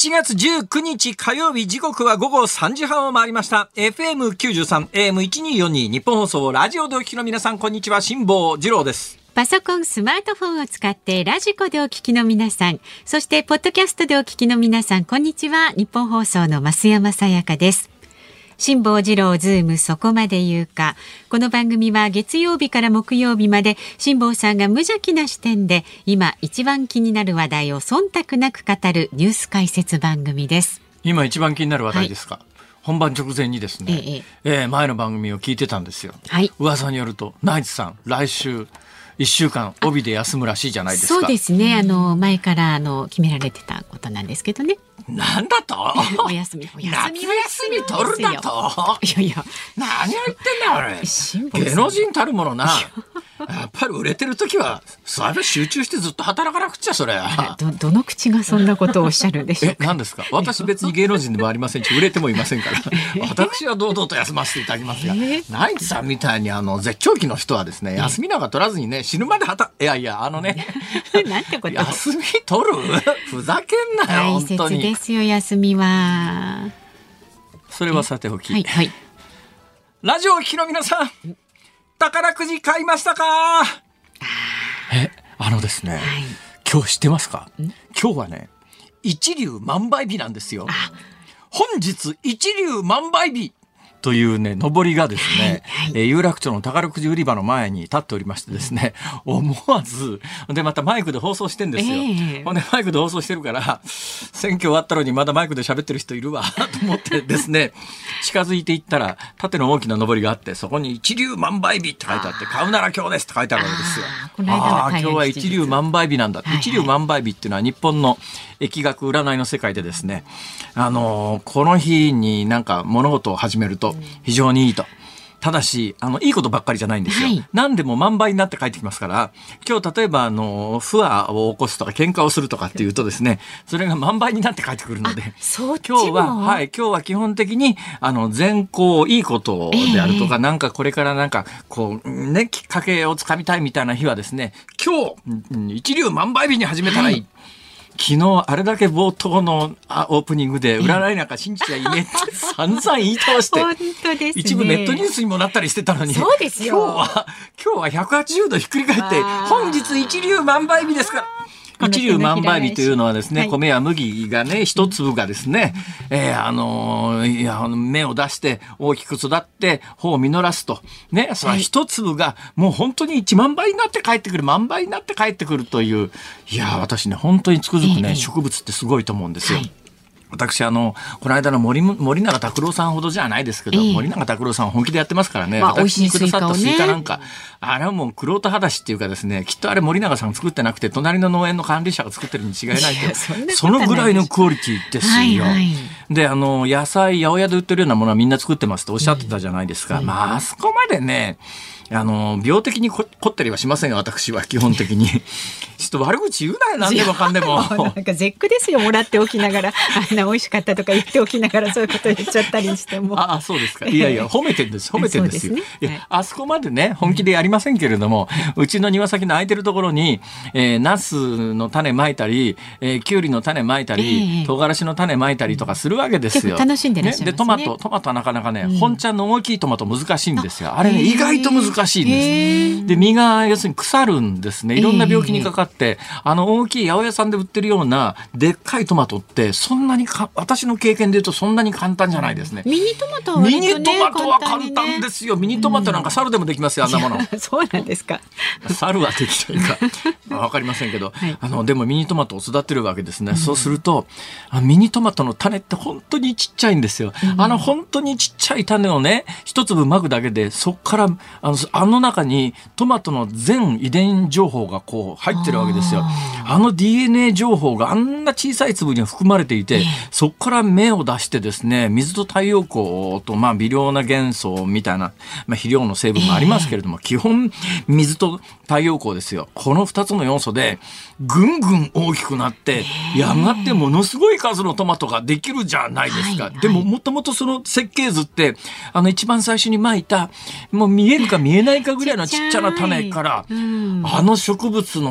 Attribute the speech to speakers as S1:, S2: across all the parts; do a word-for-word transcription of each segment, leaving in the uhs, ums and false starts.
S1: しちがつじゅうくにち火曜日、時刻は午後さんじはんを回りました。 エフエムきゅうじゅうさん エーエムせんにひゃくよんじゅうに 日本放送ラジオでお聞きの皆さん、こんにちは。辛坊治郎です。
S2: パソコン、スマートフォンを使ってラジコでお聞きの皆さん、そしてポッドキャストでお聞きの皆さん、こんにちは。日本放送の増山さやかです。辛坊治郎ズームそこまで言うか。この番組は月曜日から木曜日まで辛坊さんが無邪気な視点で今一番気になる話題を忖度なく語るニュース解説番組です。
S1: 今一番気になる話題ですか、はい、本番直前にですね、
S2: ええ
S1: えー、前の番組を聞いてたんですよ、
S2: はい、
S1: 噂によるとナイツさん来週いっしゅうかん帯で休むらしいじゃないですか。
S2: そうですね、あの前からあの決められてたことなんですけどね。
S1: なんだと
S2: お休みお休み
S1: 夏休み取るんだと。
S2: いやいや
S1: 何を言ってんだ俺。芸能人たるものなやっぱり売れてる時はそれ集中してずっと働かなくちゃ。それ
S2: ど, どの口がそんなことをおっしゃるんでしょうか。
S1: え、何ですか。私別に芸能人でもありませんし売れてもいませんから私は堂々と休ませていただきますが、えー、ナイツさんみたいにあの絶頂期の人はですね、休みなんか取らずにね、死ぬまで働いやいやあのね
S2: なんてこと
S1: 休み取るふざけんなよ。
S2: 大切ですよ休みは。
S1: それはさておき、
S2: はいはい、
S1: ラジオを聞きの皆さん、宝くじ買いましたか。え、あのですね、はい、今日知ってますか。今日はね一粒万倍日なんですよ。本日一粒万倍日というね上りがですね、はいはい、えー、有楽町の宝くじ売り場の前に立っておりましてですね、思わずでまたマイクで放送してんですよ、えー、ほんでマイクで放送してるから選挙終わったのにまだマイクで喋ってる人いるわと思ってですね近づいていったら縦の大きな上りがあって、そこに一粒万倍日って書いてあって、買うなら今日ですって書いてあるわけですよ。ああ今日は一粒万倍日なんだ、はいはい、一粒万倍日っていうのは日本の疫学占いの世界でですね、あのー、この日になんか物事を始めると非常にいいと。ただしあのいいことばっかりじゃないんですよ、はい、何でも万倍になって帰ってきますから、今日例えばあの不和を起こすとか喧嘩をするとかっていうとですね、それが万倍になって帰ってくるので、
S2: 今
S1: 日は、はい、今日は基本的にあの善行いいことであるとか、えー、なんかこれからなんかこうねきっかけをつかみたいみたいな日はですね、今日一粒万倍日に始めたらいい、はい、昨日あれだけ冒頭のオープニングで占いなんか信じちゃいねえって散々言い通して
S2: 本当です、ね、
S1: 一部ネットニュースにもなったりしてたのに、
S2: そうですよ、
S1: 今日は今日はひゃくはちじゅうどひっくり返って本日一粒万倍日ですから。一粒万倍日というのはですね、はい、米や麦がね一粒がですね、えー、あのいや芽を出して大きく育って穂を実らすとね、その一粒がもう本当に一万倍になって帰ってくる、万倍になって帰ってくるという、いや私ね本当につくづくね、えー、植物ってすごいと思うんですよ、はい。私あのこの間の 森, 森永卓郎さんほどじゃないですけど、えー、森永卓郎さん本気でやってますからね、まあ、私にくださったスイカなんか、ね、あれはもう玄人肌しっていうかですね、きっとあれ森永さん作ってなくて隣の農園の管理者が作ってるに違いないと。いや そ, そのぐらいのクオリティですよ、はいはい、であの野菜八百屋で売ってるようなものはみんな作ってますっておっしゃってたじゃないですか、うん、まああそこまでねあの病的に凝ったりはしませんが、私は基本的にちょっと悪口言うなよ何でもかんでも
S2: なんか絶句ですよ、もらっておきながらあんな美味しかったとか言っておきながらそういうこと言っちゃったりしても
S1: ああそうですか。いやいや褒めてんです褒めてんですよ、ね、いや、はい、あそこまでね本気でやりませんけれども、うん、うちの庭先の空いてるところに、えー、ナスの種まいたり、えー、キュウリの種まいたり、えー、唐辛子の種まいたりとかするわけですよ。
S2: 結構楽しんでらっしゃいますね。
S1: でトマトトマトはなかなかね、うん、本ちゃんの大きいトマト難しいんですよ。あれね意外と難しいんです、えーで実が要するに腐るんですね。いろんな病気にかかって、えー、あの大きい八百屋さんで売ってるようなでっかいトマトってそんなにか私の経験で言うとそんなに簡単じゃないですね。
S2: ミニトマトは割と、ね、
S1: ミニトマトは簡単ですよ。ミニトマトなんか猿でもできますよ、あんなもの。
S2: そうなんですか。
S1: 猿はできないか分かりませんけど、はい、あのでもミニトマトを育てるわけですね、うん、そうするとあミニトマトの種って本当にちっちゃいんですよ、うん、あの本当にちっちゃい種をね一粒まくだけでそっからあのあの中にトマトの全遺伝情報がこう入ってるわけですよ。あの ディーエヌエー 情報があんな小さい粒に含まれていて、そこから芽を出してですね、水と太陽光とまあ微量な元素みたいな、まあ、肥料の成分もありますけれども、基本水と太陽光ですよ。このふたつの要素でぐんぐん大きくなってやがてものすごい数のトマトができるじゃないですか、はいはい、でももともとその設計図ってあの一番最初にまいたもう見えるか見えないかぐらいのちっちゃな種から、うん、あの植物の育ち方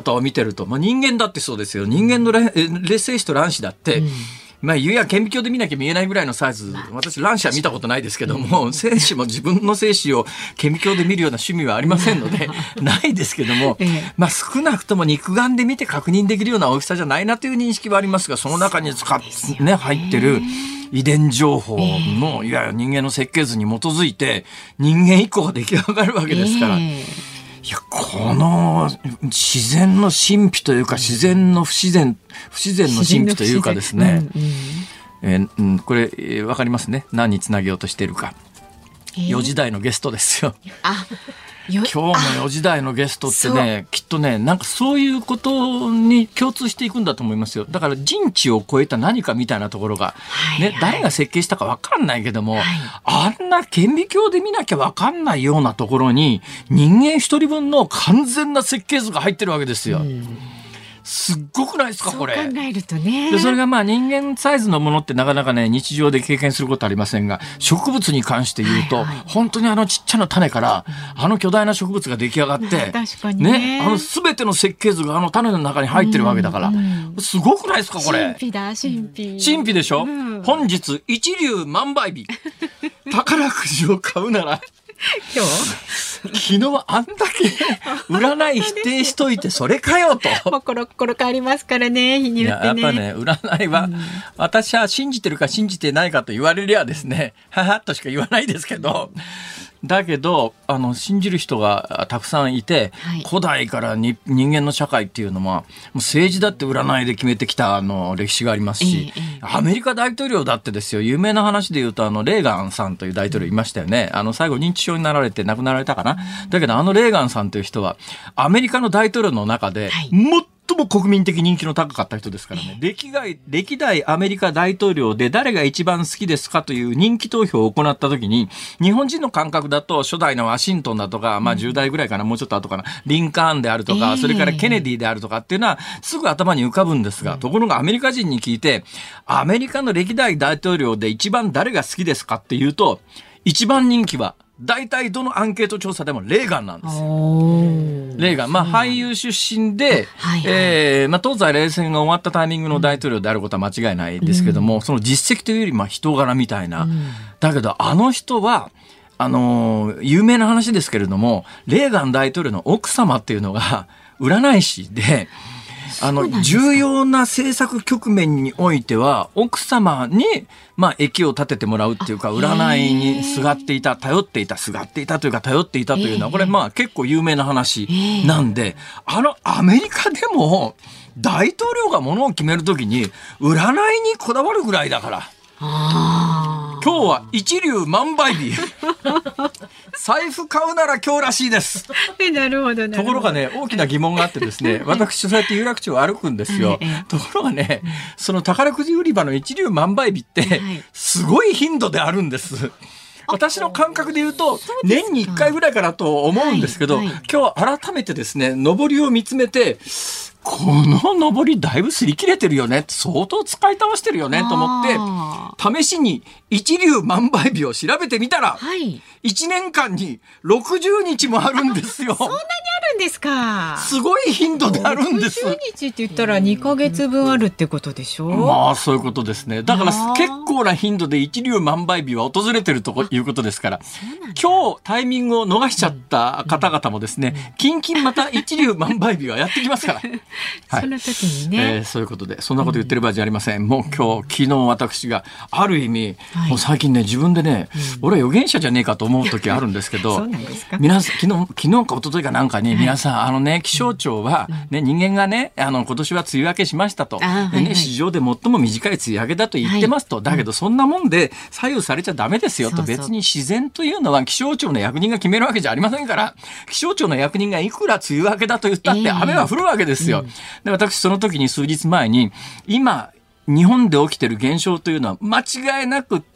S1: 方を見てると、まあ、人間だってそうですよ。人間の霊精子と卵子だって、うん、まあ、ゆや顕微鏡で見なきゃ見えないぐらいのサイズ、私卵子は見たことないですけども、精子も自分の精子を顕微鏡で見るような趣味はありませんのでないですけども、まあ、少なくとも肉眼で見て確認できるような大きさじゃないなという認識はありますが、その中に使っ、ね、入ってる遺伝情報のいわゆる人間の設計図に基づいて人間以降が出来上がるわけですから、いや、この自然の神秘というか、自然の不自然不自然の神秘というかですね、うんうん、えーうん、これ、えー、分かりますね。何につなげようとしているか。えー、よじ台のゲストですよ。あ、今日のよじ台のゲストってね、きっとね、なんかそういうことに共通していくんだと思いますよ。だから人知を超えた何かみたいなところが、はいはい、ね、誰が設計したか分かんないけども、はい、あんな顕微鏡で見なきゃ分かんないようなところに人間一人分の完全な設計図が入ってるわけですよ。うん、すっごくないですかこれ。
S2: そう考えるとね。
S1: でそれがまあ人間サイズのものってなかなかね日常で経験することありませんが、植物に関して言うと、はいはい、本当にあのちっちゃな種からあの巨大な植物が出来上がって、
S2: 確かに ね,
S1: ねあの全ての設計図があの種の中に入ってるわけだから、うんうん、すごくないですかこれ。
S2: 神秘だ神秘。
S1: 神秘でしょ、うん、本日一粒万倍日宝くじを買うなら今日昨日あんだけ占い否定しといてそれかよと
S2: もうコロッコロ変わりますからね、日によってね。
S1: やっぱね占いは、うん、私は信じてるか信じてないかと言われりゃですねははっとしか言わないですけど、だけどあの信じる人がたくさんいて、はい、古代からに人間の社会っていうのはもう政治だって占いで決めてきたあの歴史がありますし、ええ、アメリカ大統領だってですよ、有名な話で言うとあのレーガンさんという大統領いましたよね。あの最後認知症になられて亡くなられたかな。だけどあのレーガンさんという人はアメリカの大統領の中でもっ最も国民的人気の高かった人ですからね。歴代、歴代アメリカ大統領で誰が一番好きですかという人気投票を行った時に、日本人の感覚だと初代のワシントンだとか、まあじゅう代ぐらいかな、もうちょっと後かな、リンカーンであるとか、それからケネディであるとかっていうのはすぐ頭に浮かぶんですが、ところがアメリカ人に聞いて、アメリカの歴代大統領で一番誰が好きですかっていうと、一番人気は大体どのアンケート調査でもレーガンなんですよ。レーガン、まあ俳優出身で、はいはい、えー、まあ東西冷戦が終わったタイミングの大統領であることは間違いないですけども、うん、その実績というよりまあ人柄みたいな、うん、だけどあの人はあのー、有名な話ですけれども、レーガン大統領の奥様っていうのが占い師で、あの重要な政策局面においては奥様にまあ益を立ててもらうっていうか、占いにすがっていた、頼っていた、すがっていたというか頼っていたというのは、これまあ結構有名な話なんで、あのアメリカでも大統領がものを決めるときに占いにこだわるぐらいだから。あ、今日は一粒万倍日財布買うなら今日らしいです。
S2: なるほどね。
S1: ところがね、大きな疑問があってですね、私そうやって有楽町を歩くんですよ。ところがね、その宝くじ売り場の一粒万倍日ってすごい頻度であるんです。私の感覚で言うと年にいっかいぐらいかなと思うんですけど、はいはい、今日改めてですね上りを見つめて、この上りだいぶ擦り切れてるよね、相当使い倒してるよねと思って試しに一粒万倍日を調べてみたら、はい、いちねんかんにろくじゅうにちもあるんですよ。
S2: そんなにあるんですか。
S1: すごい頻度であるんです。
S2: ろくじゅうにちって言ったらにかげつぶんあるってことでしょ。
S1: まあそういうことですね。だから結構な頻度で一粒万倍日は訪れてるということですから、今日タイミングを逃しちゃった方々もですね、キンキンまた一粒万倍日はやってきますから。
S2: はい、その時にね、
S1: えー、そういうことでそんなこと言ってる場合じゃありません。もう今日昨日私がある意味、はい、もう最近ね自分でね、うん、俺は預言者じゃねえかと思う時あるんですけどそうなんですか。皆さん昨日昨日か一昨日かなんかに、はい、皆さんあのね気象庁は、ね、人間がねあの今年は梅雨明けしましたと、でね、はいはい、史上で最も短い梅雨明けだと言ってますと、はい、だけどそんなもんで左右されちゃダメですよと。そうそう、別に自然というのは気象庁の役人が決めるわけじゃありませんから、気象庁の役人がいくら梅雨明けだと言ったって雨は降るわけですよ、えーうんで私その時に数日前に今日本で起きてる現象というのは間違いなく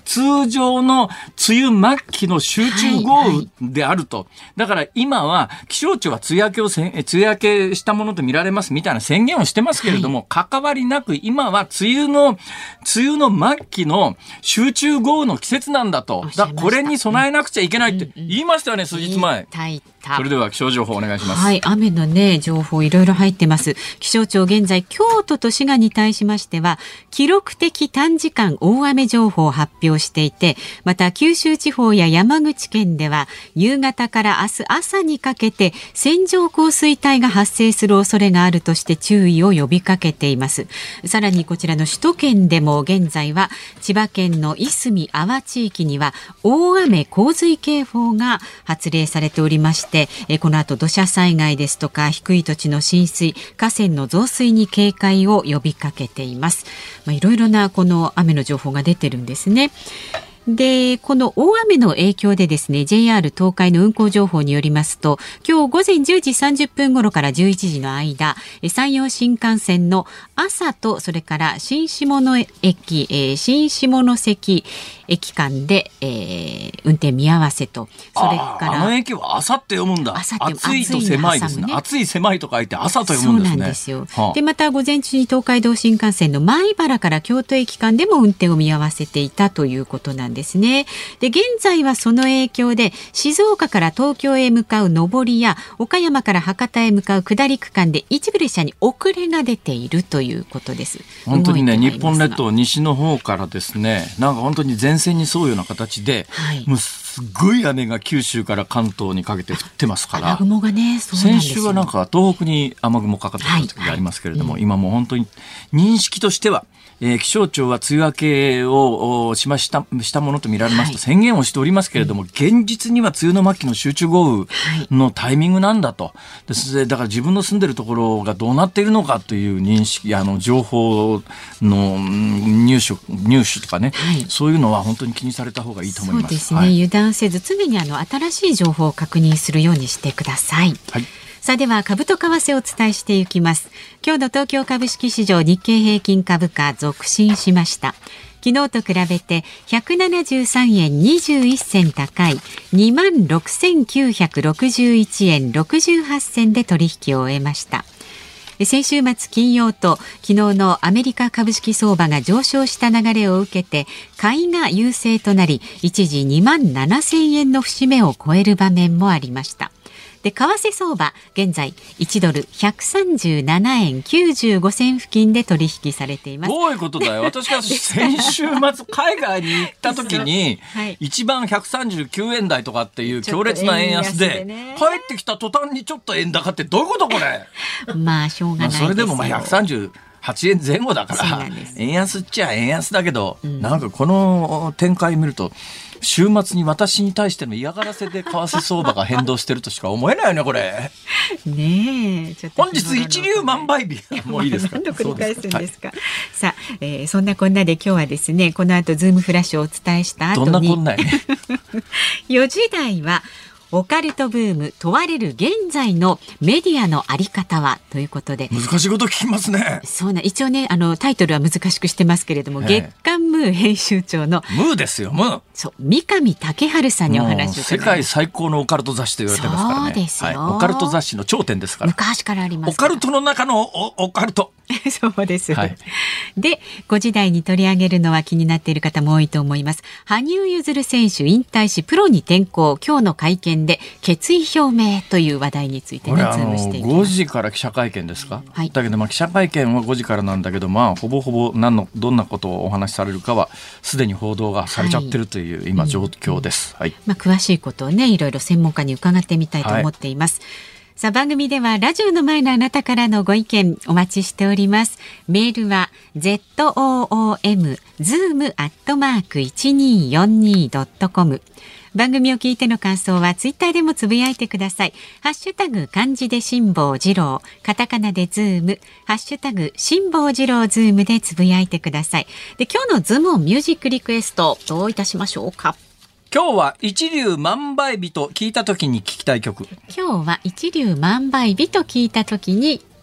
S1: 通常の梅雨末期の集中豪雨であると、はいはい、だから今は気象庁は梅雨明けをせん梅雨明けしたものと見られますみたいな宣言をしてますけれども、はい、関わりなく今は梅雨の梅雨の末期の集中豪雨の季節なんだと、だこれに備えなくちゃいけないって言いましたよね、うんうん、数日前。それでは気象情報お願いします。
S2: はい、雨のね情報いろいろ入ってます。気象庁現在京都と滋賀に対しましては記録的短時間大雨情報を発表していて、また九州地方や山口県では夕方から明日朝にかけて線状降水帯が発生する恐れがあるとして注意を呼びかけています。さらにこちらの首都圏でも現在は千葉県のいすみ阿波地域には大雨洪水警報が発令されておりまして、えこの後土砂災害ですとか低い土地の浸水、河川の増水に警戒を呼びかけています。まあ、いろいろなこの雨の情報が出てるんですね。で、この大雨の影響でですね、ジェイアール 東海の運行情報によりますと、今日午前じゅうじさんじゅっぷん頃からじゅういちじの間、山陽新幹線の朝とそれから新下野駅、えー、新下関駅間で、えー、運転見合わせと、それから
S1: あの駅は朝って読むんだ。暑いと狭いですね。暑い狭いと書いて朝と読むんですね。
S2: そうなんですよ。はあ、でまた午前中に東海道新幹線の米原から京都駅間でも運転を見合わせていたということなんです。ですね。で、現在はその影響で静岡から東京へ向かう上りや岡山から博多へ向かう下り区間で一部列車に遅れが出ているということです。
S1: 本当にね、日本列島西の方からですね、なんか本当に前線に沿うような形で、はい、もうすごい雨が九州から関東にかけて降ってますから、
S2: 雨雲がね、そうなんですよ。
S1: 先週はなんか東北に雨雲かかってた時がありますけれども、はいはい、今もう本当に認識としてはえー、気象庁は梅雨明けをしました、したものと見られますと宣言をしておりますけれども、はい、現実には梅雨の末期の集中豪雨のタイミングなんだと。ですだから自分の住んでるところがどうなっているのかという認識、あの情報の入手、入手とかね、はい、そういうのは本当に気にされた方がいいと思います。
S2: そうですね、はい、油断せず常にあの新しい情報を確認するようにしてください。はい、さあでは株と為替をお伝えしていきます。今日の東京株式市場日経平均株価続伸しました。昨日と比べてひゃくななじゅうさんえんにじゅういっせん高い にまんろくせんきゅうひゃくろくじゅういちえんろくじゅうはちせんで取引を終えました。先週末金曜と昨日のアメリカ株式相場が上昇した流れを受けて買いが優勢となり、一時にまんななせんえんの節目を超える場面もありました。で、為替相場現在いちドルひゃくさんじゅうななえんきゅうじゅうごせん付近で取引されています。
S1: どういうことだよ。私が先週末海外に行った時に、はい、一番ひゃくさんじゅうきゅうえん台とかっていう強烈な円安で、ね、帰ってきた途端にちょっと円高ってどういうことこれ。
S2: まあしょうがないですよ。
S1: それでもまあひゃくさんじゅうはちえんぜん後だから円安っちゃ円安だけど、うん、なんかこの展開見ると週末に私に対しての嫌がらせで為替相場が変動してるとしか思えないよねこれ。
S2: ねえ、ちょっと
S1: 本日一粒万倍日もういいですか。
S2: 何度繰り返すんですか。はい、さあ、えー、そんなこんなで今日はですね、この後ズームフラッシュをお伝えした後に
S1: どんなこんなやね
S2: よじ台はオカルトブーム問われる現在のメディアのあり方はということで、
S1: 難しいこと聞きますね。
S2: そうな、一応ね、あのタイトルは難しくしてますけれども、月刊ムー編集長の
S1: ムーですよ、ムー。
S2: そう、三上竹春さんにお話を
S1: 世界最高のオカルト雑誌と言われてますからね。
S2: そうですよ、はい、
S1: オカルト雑誌の頂点ですから。
S2: 昔からあります
S1: オカルトの中の オ, オカルト
S2: そうです、
S1: はい、
S2: でご時台に取り上げるのは気になっている方も多いと思います。羽生結弦選手引退しプロに転向、今日の会見で決意表明という話題についてね、ズームしていきます。
S1: ごじから記者会見ですか、
S2: はい、
S1: だけどまあ記者会見はごじからなんだけど、まあ、ほぼほぼ何のどんなことをお話しされるかはすでに報道がされちゃってるという、はい、今状況です、はい、
S2: まあ、詳しいことをね、いろいろ専門家に伺ってみたいと思っています、はい。さあ、番組ではラジオの前のあなたからのご意見お待ちしております。メールは ズーム ズーム アットマーク いちにーよんにー ドットコム。番組を聞いての感想はツイッターでもつぶやいてください。ハッシュタグ漢字で辛坊治郎、カタカナでズーム、ハッシュタグ辛坊治郎ズームでつぶやいてください。で、今日のズームオンミュージックリクエストどういたしましょうか。
S1: 今日は一粒万倍日と聞いた時に聞きたい曲。
S2: 今日は一粒万倍日と聞いた時に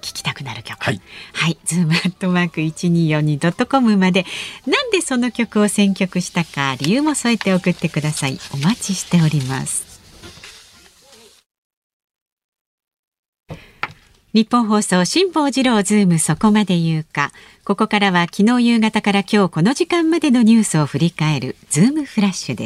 S2: 聞きたくなる曲、
S1: はい、
S2: はい、ズームアットマーク いちにーよんにドットコム まで、なんでその曲を選曲したか理由も添えて送ってください。お待ちしております。日本放送辛坊治郎ズームそこまで言うか。ここからは昨日夕方から今日この時間までのニュースを振り返るズームフラッシュです。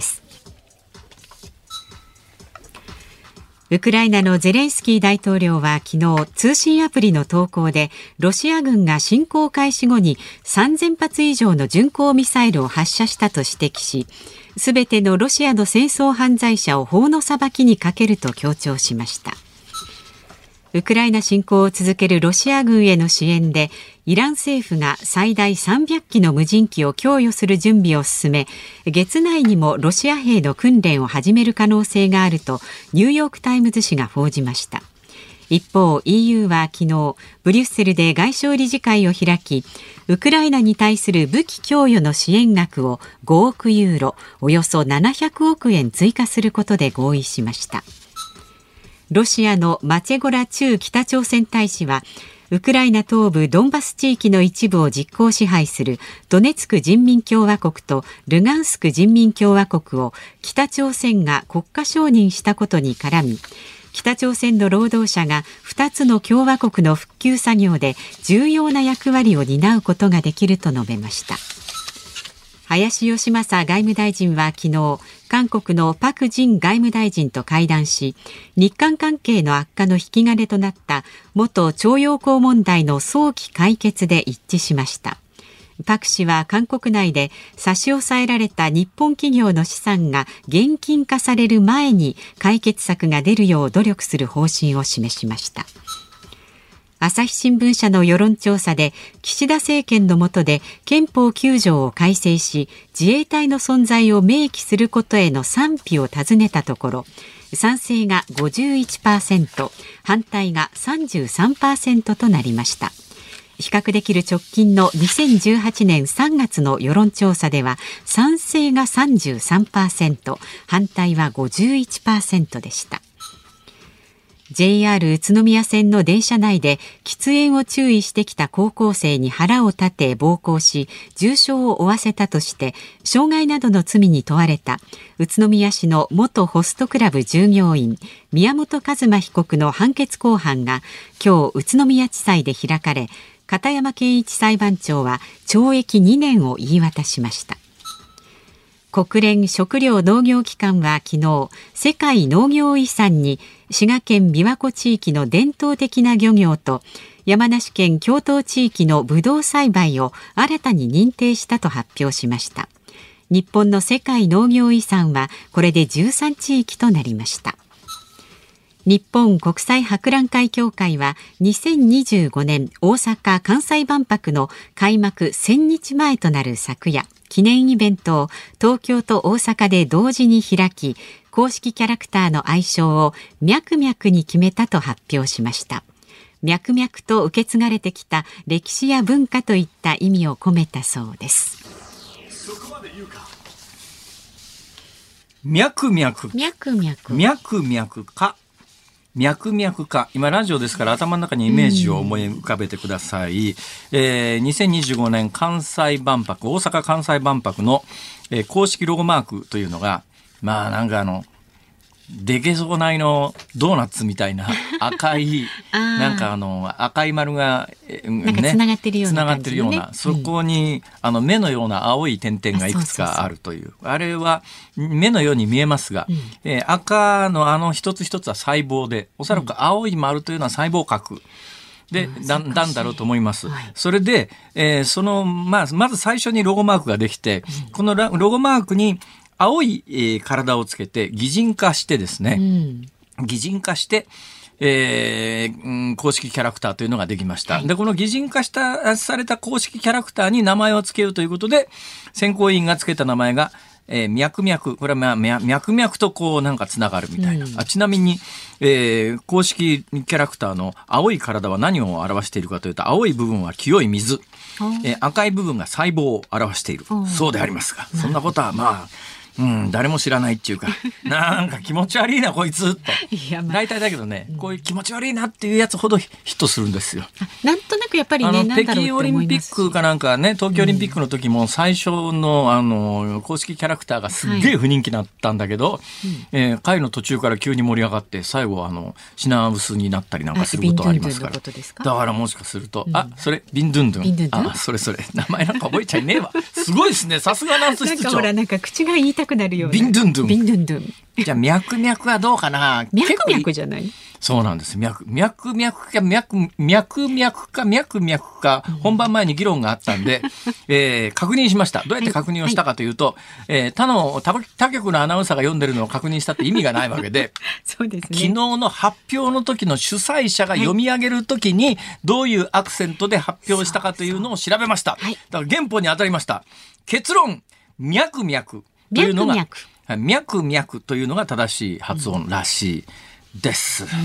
S2: ウクライナのゼレンスキー大統領は昨日通信アプリの投稿で、ロシア軍が侵攻開始後にさんぜんはつ以上の巡航ミサイルを発射したと指摘し、すべてのロシアの戦争犯罪者を法の裁きにかけると強調しました。ウクライナ侵攻を続けるロシア軍への支援で、イラン政府が最大さんびゃっきの無人機を供与する準備を進め、月内にもロシア兵の訓練を始める可能性があるとニューヨークタイムズ紙が報じました。一方 イーユー は昨日ブリュッセルで外相理事会を開き、ウクライナに対する武器供与の支援額をごおくユーロ、およそななひゃくおくえん追加することで合意しました。ロシアのマチェゴラ駐北朝鮮大使は、ウクライナ東部ドンバス地域の一部を実効支配するドネツク人民共和国とルガンスク人民共和国を北朝鮮が国家承認したことに絡み、北朝鮮の労働者がふたつの共和国の復旧作業で重要な役割を担うことができると述べました。林芳正外務大臣は昨日、韓国のパク・ジン外務大臣と会談し、日韓関係の悪化の引き金となった元徴用工問題の早期解決で一致しました。パク氏は韓国内で差し押さえられた日本企業の資産が現金化される前に解決策が出るよう努力する方針を示しました。朝日新聞社の世論調査で、岸田政権の下で憲法きゅう条を改正し、自衛隊の存在を明記することへの賛否を尋ねたところ、賛成が ごじゅういちパーセント、反対が さんじゅうさんパーセント となりました。比較できる直近のにせんじゅうはちねんさんがつの世論調査では、賛成が さんじゅうさんパーセント、反対は ごじゅういちパーセント でした。ジェイアール 宇都宮線の電車内で喫煙を注意してきた高校生に腹を立て暴行し、重傷を負わせたとして傷害などの罪に問われた宇都宮市の元ホストクラブ従業員宮本一馬被告の判決公判が今日宇都宮地裁で開かれ、片山健一裁判長は懲役にねんを言い渡しました。国連食糧農業機関は昨日、世界農業遺産に滋賀県琵琶湖地域の伝統的な漁業と山梨県峡東地域のブドウ栽培を新たに認定したと発表しました。日本の世界農業遺産はこれでじゅうさんちいきとなりました。日本国際博覧会協会はにせんにじゅうごねん大阪・関西万博の開幕せんにちまえとなる昨夜、記念イベントを東京と大阪で同時に開き、公式キャラクターの愛称をミャクミャクに決めたと発表しました。ミャクミャクと受け継がれてきた歴史や文化といった意味を込めたそうです。
S1: そこまで言うか。ミャクミャク。
S2: ミャクミャク。
S1: ミャクミャクか。脈々か。今ラジオですから頭の中にイメージを思い浮かべてください。うん、えー、にせんにじゅうごねん関西万博、大阪関西万博の、えー、公式ロゴマークというのが、まあなんかあの、でけそうないのドーナツみたいな赤いなんかあの赤い丸が、
S2: ね、なんかつながってるような感じのね、
S1: つながってるような、そこに、うん、あの目のような青い点々がいくつかあるという、あれは目のように見えますが、うんえー、赤のあの一つ一つは細胞で、おそらく青い丸というのは細胞核で、うん、だんだんだろうと思います。はい、それで、えー、その、まあ、まず最初にロゴマークができて、うん、このロゴマークに青い、えー、体をつけて擬人化してですね、うん、擬人化して、えーうん、公式キャラクターというのができました。はい、で、この擬人化したされた公式キャラクターに名前をつけようということで、選考委員がつけた名前が、えー、脈々、これは、まあ、脈々とこうなんかつながるみたいな。うん、あちなみに、えー、公式キャラクターの青い体は何を表しているかというと、青い部分は清い水、えー、赤い部分が細胞を表している。そうでありますが、そんなことはまあ、 うん、誰も知らないっていうかなんか気持ち悪いなこいつと
S2: いや、まあ、
S1: 大体だけどね、うん、こういう気持ち悪いなっていうやつほどヒットするんですよ。
S2: なんとなくやっぱりね、
S1: あの北京オリンピックかなんかね、東京オリンピックの時も最初の、あの公式キャラクターがすっげえ不人気だったんだけど、はい、えー、回の途中から急に盛り上がって最後はあの品薄になったりなんかすることありますから、だからもしかすると、うん、あ、それビンドゥンドゥン、
S2: ビンドゥンドゥン、
S1: あ、それそれ名前なんか覚えちゃいねえわすごいですね、さすがナンス室長。
S2: なんかほら、なんか口が言いたくなるような
S1: ビンドゥンドゥン、
S2: ビンドゥンドゥン。
S1: じゃあ脈々はどうかな。
S2: 脈々じゃない。
S1: そうなんです。脈脈々か脈脈々か脈々か、本番前に議論があったんで、えー、確認しました。どうやって確認をしたかというと、はいはい、えー、他の 他, 他局のアナウンサーが読んでるのを確認したって意味がないわけで、
S2: そうですね、
S1: 昨日の発表の時の主催者が読み上げる時にどういうアクセントで発表したかというのを調べました。はい、だから原本に当たりました。結論、脈々というのが脈々脈々というのが正しい発音らしいです、うん、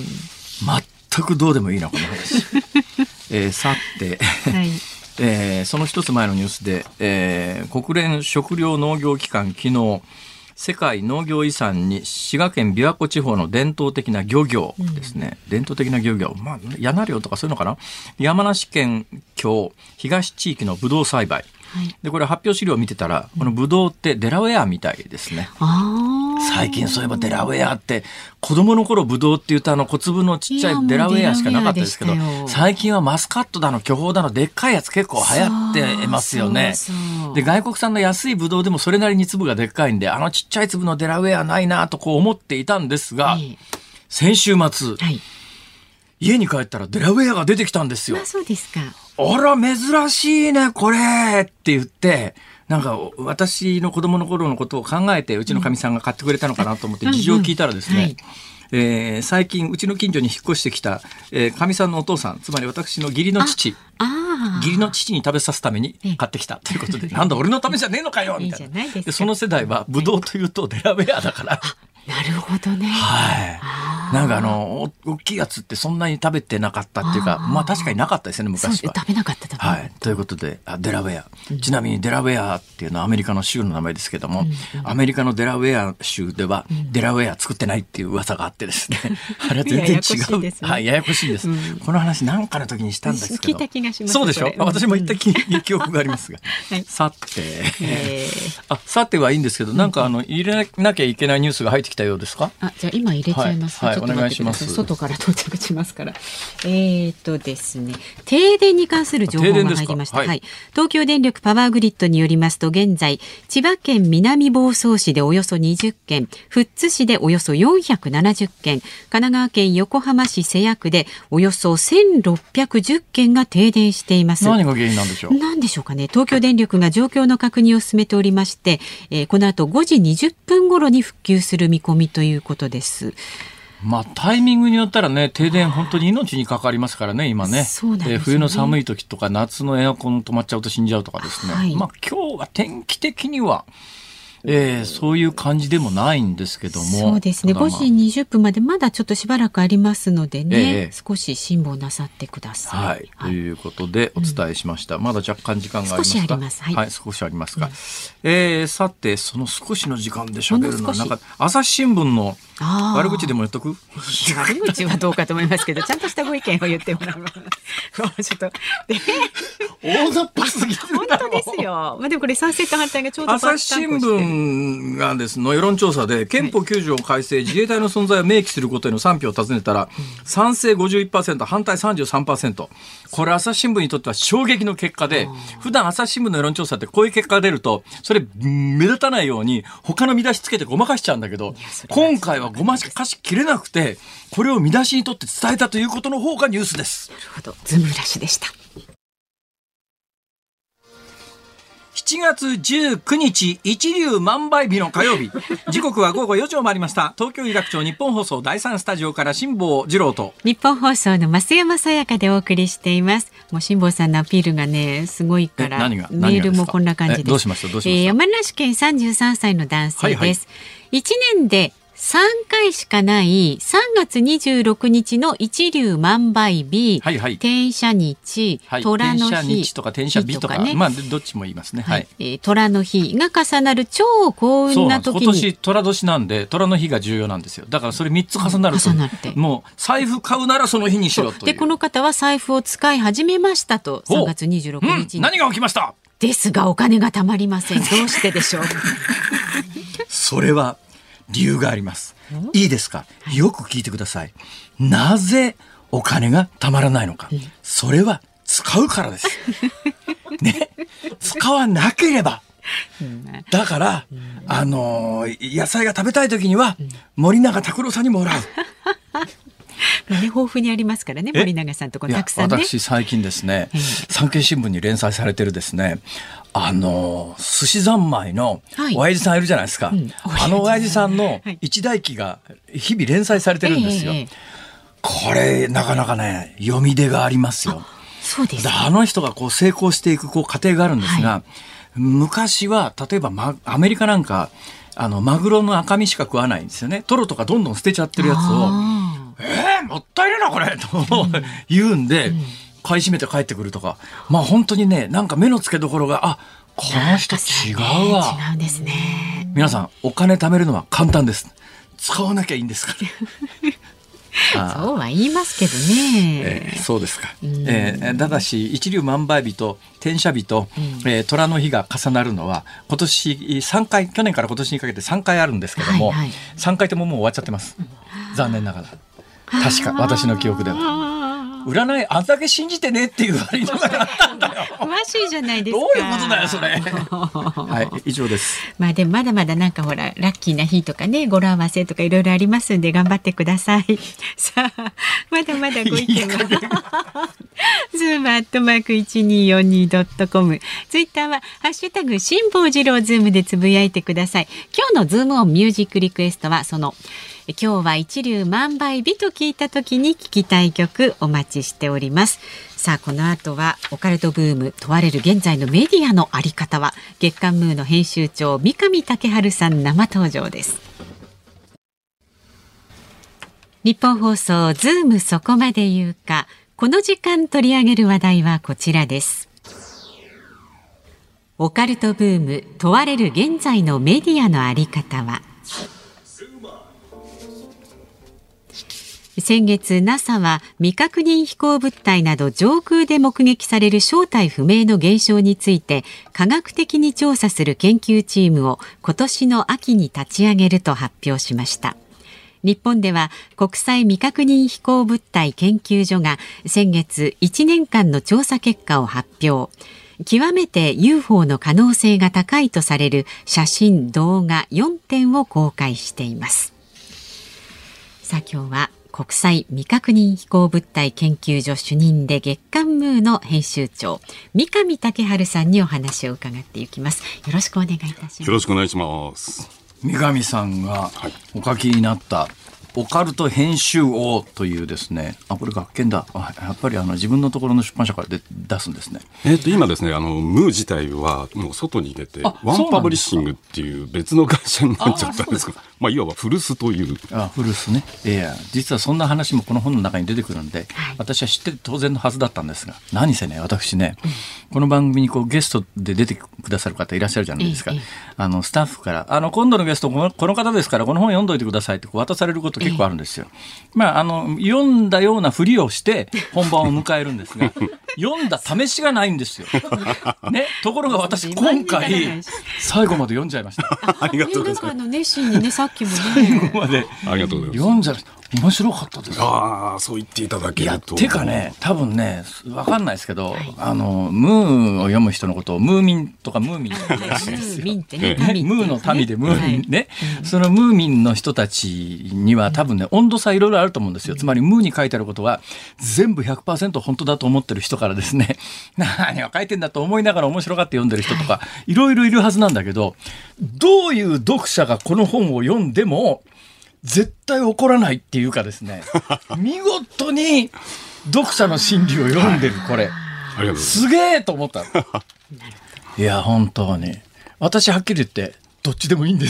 S1: 全くどうでもいいなこの話、えー、さて、はいえー、その一つ前のニュースで、えー、国連食糧農業機関昨日世界農業遺産に滋賀県琵琶湖地方の伝統的な漁業ですね、うん、伝統的な漁業、まあ、柳漁とかそういうのかな、山梨県境東地域のブドウ栽培で、これ発表資料を見てたら、このブドウってデラウェアみたいですね。あ、最近そういえばデラウェアって子供の頃ブドウって言うとあの小粒のちっちゃいデラウェアしかなかったですけど、最近はマスカットだの巨峰だのでっかいやつ結構流行ってますよね。そうそう、で外国産の安いブドウでもそれなりに粒がでっかいんで、あのちっちゃい粒のデラウェアないなとこう思っていたんですが、はい、先週末、はい、家に帰ったらデラウェアが出てきたんですよ。
S2: あ、そうですか。
S1: あら珍しいねこれって言って、なんか私の子供の頃のことを考えてうちのかみさんが買ってくれたのかなと思って事情を聞いたらですね、うんうん、はい、えー、最近うちの近所に引っ越してきた、えー、かみさんのお父さん、つまり私の義理の父、義理の父に食べさすために買ってきたということで、なんだ俺のためじゃねえのかよみたいな。いいで, でその世代はブドウというとデラウェアだから、
S2: なるほどね。
S1: はい。なんかあの大きいやつってそんなに食べてなかったっていうか、まあ確かになかったですね昔は。
S2: 食べなかったと思う。
S1: はい。ということで、あ、デラウェア、うん。ちなみにデラウェアっていうのはアメリカの州の名前ですけども、うんうん、アメリカのデラウェア州ではデラウェア作ってないっていう噂があってですね。うん、あれは全然違う。ややこしいですね。はい、ややこしいです。うん、この話なんかの時にしたんですけど。
S2: 聞いた気がします。
S1: そうでしょ。私も言った記憶がありますが。はい、さて、えー、あ、さてはいいんですけど、なんかあの入れなきゃいけないニュースが入ってきたようですか。
S2: あ、じゃあ今入れちゃいます。
S1: はい、はい、
S2: ちょっと
S1: お願いします。
S2: 外から到着しますから。えーとですね、停電に関する情報が入りました。はいはい、東京電力パワーグリッドによりますと、現在千葉県南房総市でおよそにじゅっけん、富津市でおよそよんひゃくななじゅっけん、神奈川県横浜市瀬谷区でおよそせんろっぴゃくじゅっけんが停電しています。
S1: 何が原因なんでしょう。
S2: 何でしょうかね。東京電力が状況の確認を進めておりまして、えー、この後ごじにじゅっぷん頃に復旧する見込みということです。
S1: まあ、タイミングによったらね、停電本当に命に関わりますからね、今ね。
S2: そうなんですよね。
S1: えー、冬の寒い時とか夏のエアコン止まっちゃうと死んじゃうとかですね。はい、まあ今日は天気的には、えー、そういう感じでもないんですけども。
S2: そうですね。ごじにじゅっぷんまでまだちょっとしばらくありますのでね、えー、少し辛抱なさってください。
S1: はい。はい、ということでお伝えしました。うん、まだ若干時間がありますか。
S2: 少しあります。はい。
S1: はい、少しありますか。うん、えー、さて、その少しの時間で喋るのはなんか朝日新聞の悪口でも言っとく。
S2: 悪口はどうかと思いますけど、ちゃんとしたご意見を言ってもらいます。ちょっと
S1: 大雑把すぎる
S2: 本当ですよ。まあでもこれ賛成と反対がちょうど
S1: 朝日新聞がですね、世論調査で憲法きゅうじょう改正、自衛隊の存在を明記することへの賛否を尋ねたら、うん、賛成 ごじゅういちパーセント、反対 さんじゅうさんパーセント。これ朝日新聞にとっては衝撃の結果で、普段朝日新聞の世論調査ってこういう結果が出ると、それ目立たないように他の見出しつけてごまかしちゃうんだけど、今回はごまかしきれなくて、これを見出しにとって伝えたということの方がニュースです。
S2: なるほど、ズムラシでした。
S1: しちがつじゅうくにち、一粒万倍日の火曜日。時刻は午後よじを回りました。東京有楽町日本放送だいさんスタジオから辛坊治郎と
S2: 日本放送の増山さやかでお送りしています。もう辛坊さんのアピールがね、すごいから、メールもこんな感じです。
S1: どうしましたどうしました。
S2: えー、山梨県さんじゅうさんさいの男性です。はいはい、いちねんでさんかいしかないさんがつにじゅうろくにちの一粒万倍日、はいはい、天赦日、はい、虎の日、
S1: 天赦日とか天赦日とか、ね、まあどっちも言いますね。はい、
S2: えー、虎の日が重なる超幸運な時に、
S1: 今年虎年なんで虎の日が重要なんですよ。だからそれみっつ重なると、うん、もう財布買うならその日にしろという。
S2: でこの方は財布を使い始めましたと、さんがつにじゅうろくにちに、
S1: うん、何が起きました。
S2: ですがお金がたまりません。どうしてでしょう。
S1: それは理由があります。いいですか、よく聞いてください。なぜお金がたまらないのか、うん、それは使うからです、ね、使わなければだから、うん、あのー、野菜が食べたい時には、うん、森永卓郎さんにもらう
S2: ね、豊富にありますからね、森永さんとこたくさんね。
S1: 私最近ですね、産経新聞に連載されてるですね、あの寿司三昧の親父さんいるじゃないですか、はい、うん、あの親父さんの一代記が日々連載されてるんですよ、えーえー、これなかなかね読み出がありますよ。
S2: そうです、ね、
S1: あの人がこう成功していくこう過程があるんですが、はい、昔は例えば、ま、アメリカなんかあのマグロの赤身しか食わないんですよね。トロとかどんどん捨てちゃってるやつを、えー、もったいねえなこれと、うん、言うんで、うん、買い占めて帰ってくるとか、まあ本当にね、なんか目の付けどころが、あ、この人違うわ。
S2: 違うんですね。
S1: 皆さんお金貯めるのは簡単です。使わなきゃいいんですから。
S2: そうは言いますけどね。
S1: えー、そうですか。えー、ただし一粒万倍日と天赦日と、うん、えー、虎の日が重なるのは今年さんかい、去年から今年にかけてさんかいあるんですけども、はいはい、さんかいとももう終わっちゃってます。残念ながら。確か私の記憶では。占いあんだけ信じてねっていう割りのがあったんだよ。
S2: 詳しいじゃないですか。
S1: どういうことだよそれ。はい、以上です。
S2: まあでもまだまだなんかほらラッキーな日とかね、語呂合わせとかいろいろありますんで頑張ってください。さあまだまだご意見はズームアットマークいちにーよんにードットコム、ツイッターはハッシュタグ辛坊治郎ズームでつぶやいてください。今日のズームオンミュージックリクエストはその今日は一粒万倍日と聞いた時に聞きたい曲お待ちしております。さあこの後はオカルトブーム問われる現在のメディアのあり方は、月刊ムーの編集長三上丈春さん生登場です。日本放送ズームそこまで言うか、この時間取り上げる話題はこちらです。オカルトブーム問われる現在のメディアのあり方は。先月 ナサ は未確認飛行物体など上空で目撃される正体不明の現象について科学的に調査する研究チームを今年の秋に立ち上げると発表しました。日本では国際未確認飛行物体研究所が先月いちねんかんの調査結果を発表。極めて ユーフォー の可能性が高いとされる写真・動画よんてんを公開しています。さあ今日は国際未確認飛行物体研究所主任で月刊ムーの編集長三上丈春さんにお話を伺っていきます。よろしくお願いいたします。
S3: よろしくお願いします。
S1: 三上さんがお書きになったオカルト編集王というですね、あ、これ学研だ。あ、やっぱりあの自分のところの出版社からで出すんですね。
S3: えっと今ですね、あのムー自体はもう外に出てワンパブリッシングっていう別の会社になっちゃったんですが、まあいわば古巣という。
S1: あ、古巣ね。いや実はそんな話もこの本の中に出てくるんで、はい、私は知ってて当然のはずだったんですが、何せね私ね、うん、この番組にこうゲストで出てくださる方いらっしゃるじゃないですか。ええ、あのスタッフからあの今度のゲストこの、この方ですからこの本読んどいてくださいってこう渡されること結構あるんですよ。まあ、あの読んだようなふりをして本番を迎えるんですが読んだ試しがないんですよ、ね、ところが私今回最後まで読んじゃいました。
S3: ありがとうございます。
S2: あの熱心にね、さっきもね
S1: 最後まで
S3: ありがとうございます。
S1: 読んじゃいました。面白かったです。
S3: ああ、そう言っていただけると。
S1: いやてかね、多分ね分かんないですけど、はい、あのムーを読む人のことをムーミンとかムーミンって言うらしいですよ。ムーの民でムーミンね、はい、そのムーミンの人たちには多分ね温度差いろいろあると思うんですよ。つまりムーに書いてあることは全部 ひゃくパーセント 本当だと思ってる人からですね、何を書いてんだと思いながら面白がって読んでる人とかいろいろいるはずなんだけど、どういう読者がこの本を読んでも絶対怒らないっていうかですね見事に読者の心理を読んでる。これすげえと思ったいや本当に私はっきり言ってどっちでもいいんです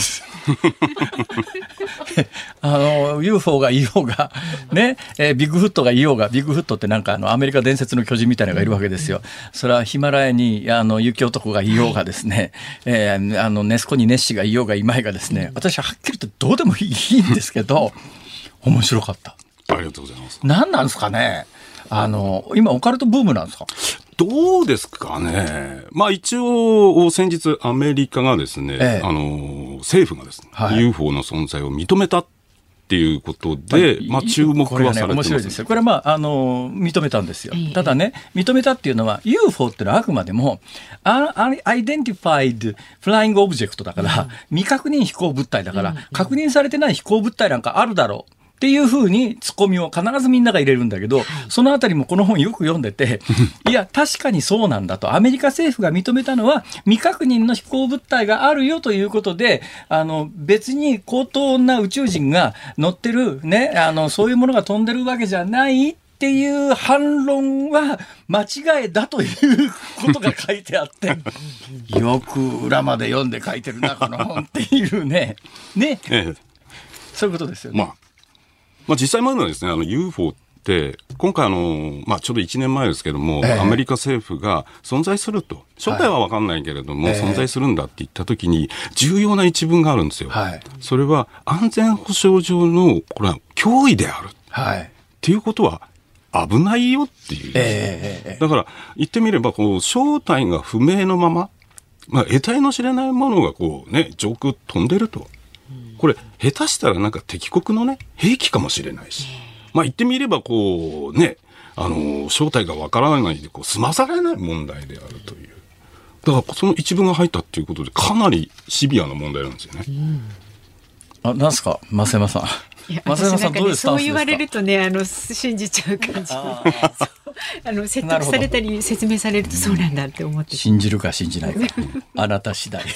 S1: あの ユーフォー がいようが、ねえー、ビッグフットがいようが、ビッグフットってなんかあのアメリカ伝説の巨人みたいなのがいるわけですよ。それはヒマラヤにあの雪男がいようがですね、えー、あのネスコにネッシがいようがいまいがですね、私ははっきり言ってどうでもいいんですけど面白かった。
S3: ありがとうございます。
S1: 何なんですかね、あの今オカルトブームなんですか。
S3: どうですかね。まあ一応先日アメリカがですね、ええ、あの政府がですね、はい、ユーフォー の存在を認めたっていうことで、まあ、まあ、注目はされてます、ね。これはね、面白いですよ。これはまああの認めたんですよ。ただね、認めたっていうのは ユーフォー っていうのはあくまでもアイデンティファイドフライングオブジェクトだから、うん、未確認飛行物体だから、うん、確認されてない飛行物体なんかあるだろうっていうふうにツッコミを必ずみんなが入れるんだけど、はい、そのあたりもこの本よく読んでていや確かにそうなんだと、アメリカ政府が認めたのは未確認の飛行物体があるよということで、あの別に高等な宇宙人が乗ってる、ね、あのそういうものが飛んでるわけじゃないっていう反論は間違いだということが書いてあってよく裏まで読んで書いてるなこの本っていうね、ね、ええ、そういうことですよね。まあまあ、実際まではですね、あの ユーフォー って今回あの、まあ、ちょうどいちねんまえですけども、えー、アメリカ政府が存在すると、正体は分かんないけれども、はい、存在するんだって言ったときに重要な一文があるんですよ、はい、それは安全保障上のこれは脅威である、はい、っていうことは危ないよっていう、えー、だから言ってみればこう正体が不明のまま、まあ、得体の知れないものがこう、ね、上空飛んでると、これ下手したらなんか敵国のね兵器かもしれないし、まあ言ってみればこうね、あの正体がわからないでこう済まされない問題であるという、だからその一文が入ったっていうことでかなりシビアな問題なんですよね。うん、
S1: あ、なんすか増山さん。
S2: いや私なんかね、そう言われるとね、あの信じちゃう感じ。ああの説得されたり説明されるとそうなんだって思って、
S1: 信じるか信じないかあなた次第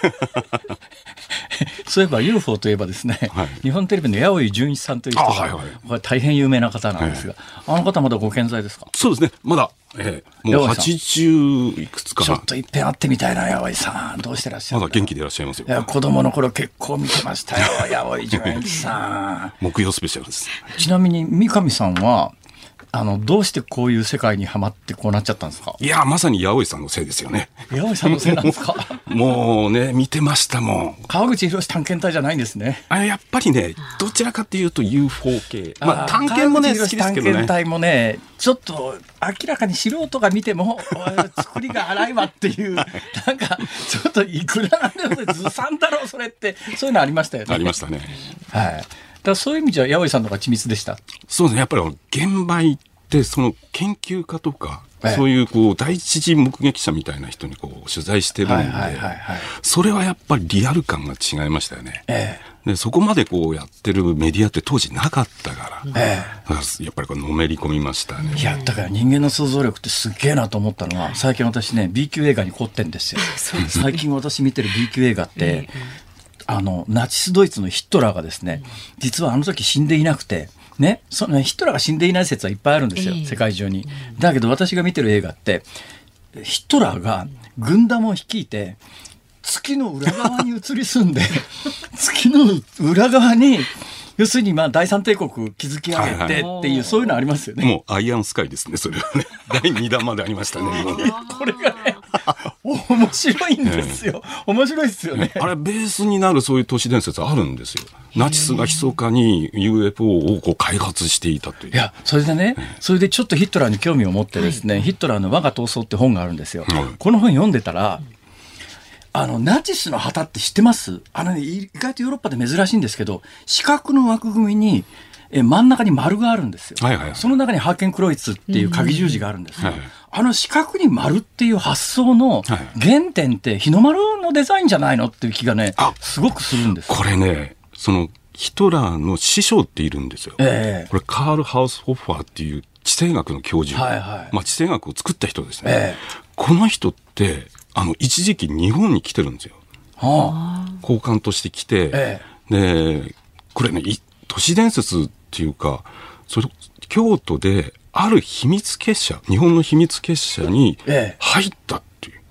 S1: そういえば ユーフォー といえばですね、はい、日本テレビの八尾純一さんという人が、はいはい、これ大変有名な方なんですが、はい、あの方まだご健在ですか。
S3: そうですね、まだ、えー、もうはちじゅういくつかな。
S1: ちょっといっぺん会ってみたいな。八尾さんどうしてらっしゃる。
S3: まだ元気でいらっしゃいますよ。
S1: いや子供の頃結構見てましたよ八尾純一さん
S3: 木曜スペシャルです。
S1: ちなみに三上さんはあのどうしてこういう世界にはまってこうなっちゃったんですか。
S3: いやまさに八尾さんのせいですよね。
S1: 八尾さんのせいなんですか
S3: もうね見てましたもん。
S1: 川口博探検隊じゃないんですね。
S3: あやっぱりねどちらかというと ユーフォー 系、まあ、探検もね好きですけどね。
S1: 探検隊もねちょっと明らかに素人が見ても作りが荒いわっていうなんかちょっといくらなんでもずさんだろうそれってそういうのありましたよね。
S3: ありましたね。
S1: はい。だからそういう意味じゃ八尾さんの方が緻密でした。
S3: そうですね、やっぱり現場行ってその研究家とか、ええ、そういうこう第一次目撃者みたいな人にこう取材してるんで、はいはいはいはい、それはやっぱりリアル感が違いましたよね。ええ、でそこまでこうやってるメディアって当時なかったから、ええ、だからやっぱりこうのめり込みましたね。
S1: いやだから人間の想像力ってすげえなと思ったのは最近私ね B 級映画に凝ってんですよ最近私見てる B 級映画って、あのナチスドイツのヒトラーがですね実はあの時死んでいなくてね、そのヒトラーが死んでいない説はいっぱいあるんですよ、えー、世界中に。だけど私が見てる映画ってヒトラーが軍団を率いて月の裏側に移り住んで月の裏側に要するにまあ第三帝国築き上げてっていう、はいはい、そういうのありますよね。
S3: もうアイアンスカイですねそれはねだいにだんまでありましたね
S1: これがね面白いんですよ、えー、面白いですよね。
S3: あれベースになるそういう都市伝説あるんですよ。ナチスが密かに ユーエフオー をこう開発していたという。
S1: いやそれでね、それでちょっとヒトラーに興味を持ってですね、はい、ヒトラーの我が闘争って本があるんですよ、はい、この本読んでたらあのナチスの旗って知ってます？あの、ね、意外とヨーロッパで珍しいんですけど四角の枠組みにえ真ん中に丸があるんですよ、はいはいはい、その中にハーケンクロイツっていう鍵十字があるんですよ、はいはい、あの四角に丸っていう発想の原点って日の丸のデザインじゃないのっていう気がねすごくするんです。
S3: これねそのヒトラーの師匠っているんですよ、えー、これカール・ハウスホッファーっていう地政学の教授、はいはいまあ、地政学を作った人ですね、えー、この人ってあの一時期日本に来てるんですよ、はあ、高官として来て、えー、でこれね都市伝説っていうかそれ京都である秘密結社日本の秘密結社に入ったっていう、え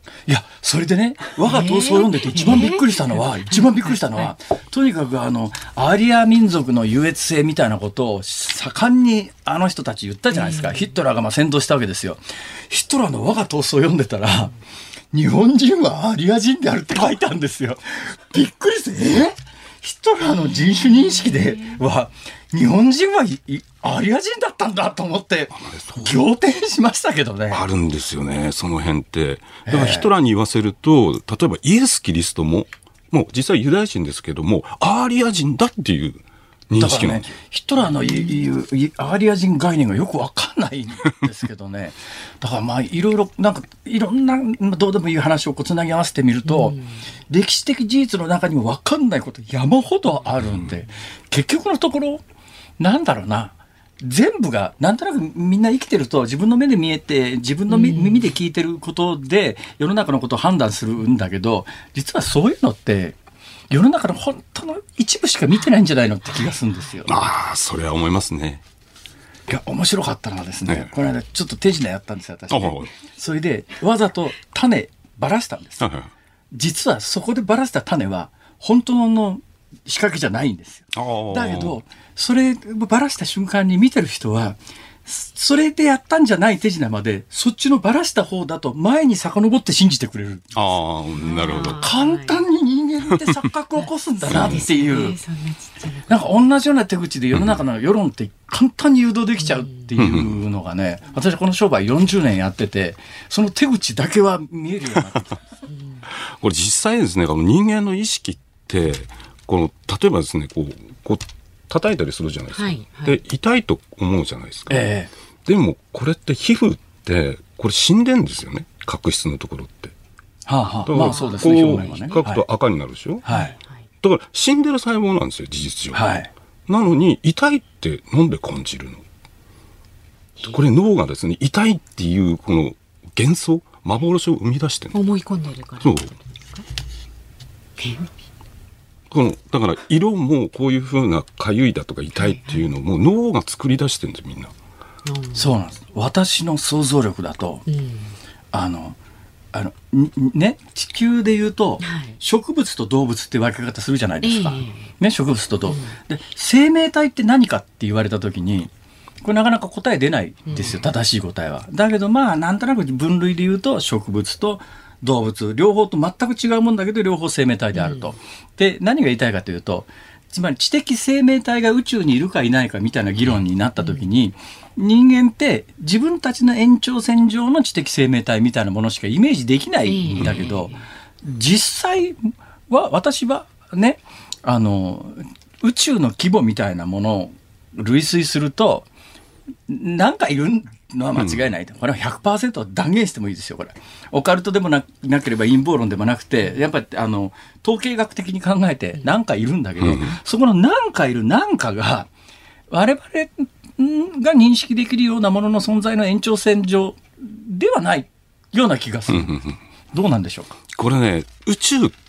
S1: いやそれでね我が闘争を読んでて一番びっくりしたのは、えー、一番びっくりしたのは、えー、とにかくあのアーリア民族の優越性みたいなことを盛んにあの人たち言ったじゃないですか、えー、ヒットラーがまあ先導したわけですよ。ヒットラーの我が闘争を読んでたら、うん、日本人はアーリア人であるって書いてあるんですよ。びっくりしてえーヒトラーの人種認識では日本人はアリア人だったんだと思って仰天しましたけどね。
S3: あるんですよねその辺って。だからヒトラーに言わせると、例えばイエス・キリストももう実際ユダヤ人ですけどもアーリア人だっていう認識なんです。
S1: だからね、ヒトラーの言うアーリア人概念がよく分かんないんですけどねだからまあいろいろなんかいろんなどうでもいい話をこうつなぎ合わせてみると、うん、歴史的事実の中にも分かんないこと山ほどあるんで、うん、結局のところなんだろうな全部がなんとなくみんな生きてると自分の目で見えて自分の耳で聞いてることで世の中のことを判断するんだけど実はそういうのって世の中の本当の一部しか見てないんじゃないのって気がするんですよ。
S3: ああ、それは思いますね。
S1: いや面白かったのはですね、ねこの間ちょっと手品やったんですよ私、ね、それでわざと種ばらしたんです。実はそこでばらした種は本当の仕掛けじゃないんですよ。だけどそればらした瞬間に見てる人はそれでやったんじゃない手品までそっちのばらした方だと前に遡って信じてくれる。
S3: ああ、なるほど。
S1: 簡単に人間って錯覚を起こすんだなっていうなんか同じような手口で世の中の世論って簡単に誘導できちゃうっていうのがね、私はこの商売よんじゅうねんやっててその手口だけは見えるようになってきたこ
S3: れ実際ですねこの人間の意識ってこの例えばですねこうこう叩いたりするじゃないですか、はいはい、で痛いと思うじゃないですか、えー、でもこれって皮膚ってこれ死んでんですよね角質のところって、
S1: はあはあ、まあそうですね表面はね
S3: 書くと赤になるでしょ、
S1: はい、
S3: だから死んでる細胞なんですよ事実上、
S1: はい、
S3: なのに痛いってなんで感じるの。これ脳がですね痛いっていうこの幻想幻を生み出してる
S2: 思い込んでるから
S3: そうこのだから色もこういう風なかゆいだとか痛いっていうのも脳が作り出してるんですみんな、
S1: うん、そうなんです。私の想像力だと、うん、あのあのね地球でいうと、はい、植物と動物って分け方するじゃないですか、えーね、植物と動物、うん、で生命体って何かって言われた時にこれなかなか答え出ないですよ、うん、正しい答えは。だけどまあなんとなく分類で言うと植物と動物両方と全く違うもんだけど両方生命体であると、うん、で何が言いたいかというとつまり知的生命体が宇宙にいるかいないかみたいな議論になった時に、うん、人間って自分たちの延長線上の知的生命体みたいなものしかイメージできないんだけど、うん、実際は私はねあの宇宙の規模みたいなものを類推するとなんかいるのは間違いない、うん、これは ひゃくパーセント 断言してもいいですよ。これオカルトでも な, なければ陰謀論でもなくてやっぱりあの統計学的に考えてなんかいるんだけど、うん、そこのなんかいるなんかが我々が認識できるようなものの存在の延長線上ではないような気がする、うん、どうなんでしょうか。
S3: これね宇宙って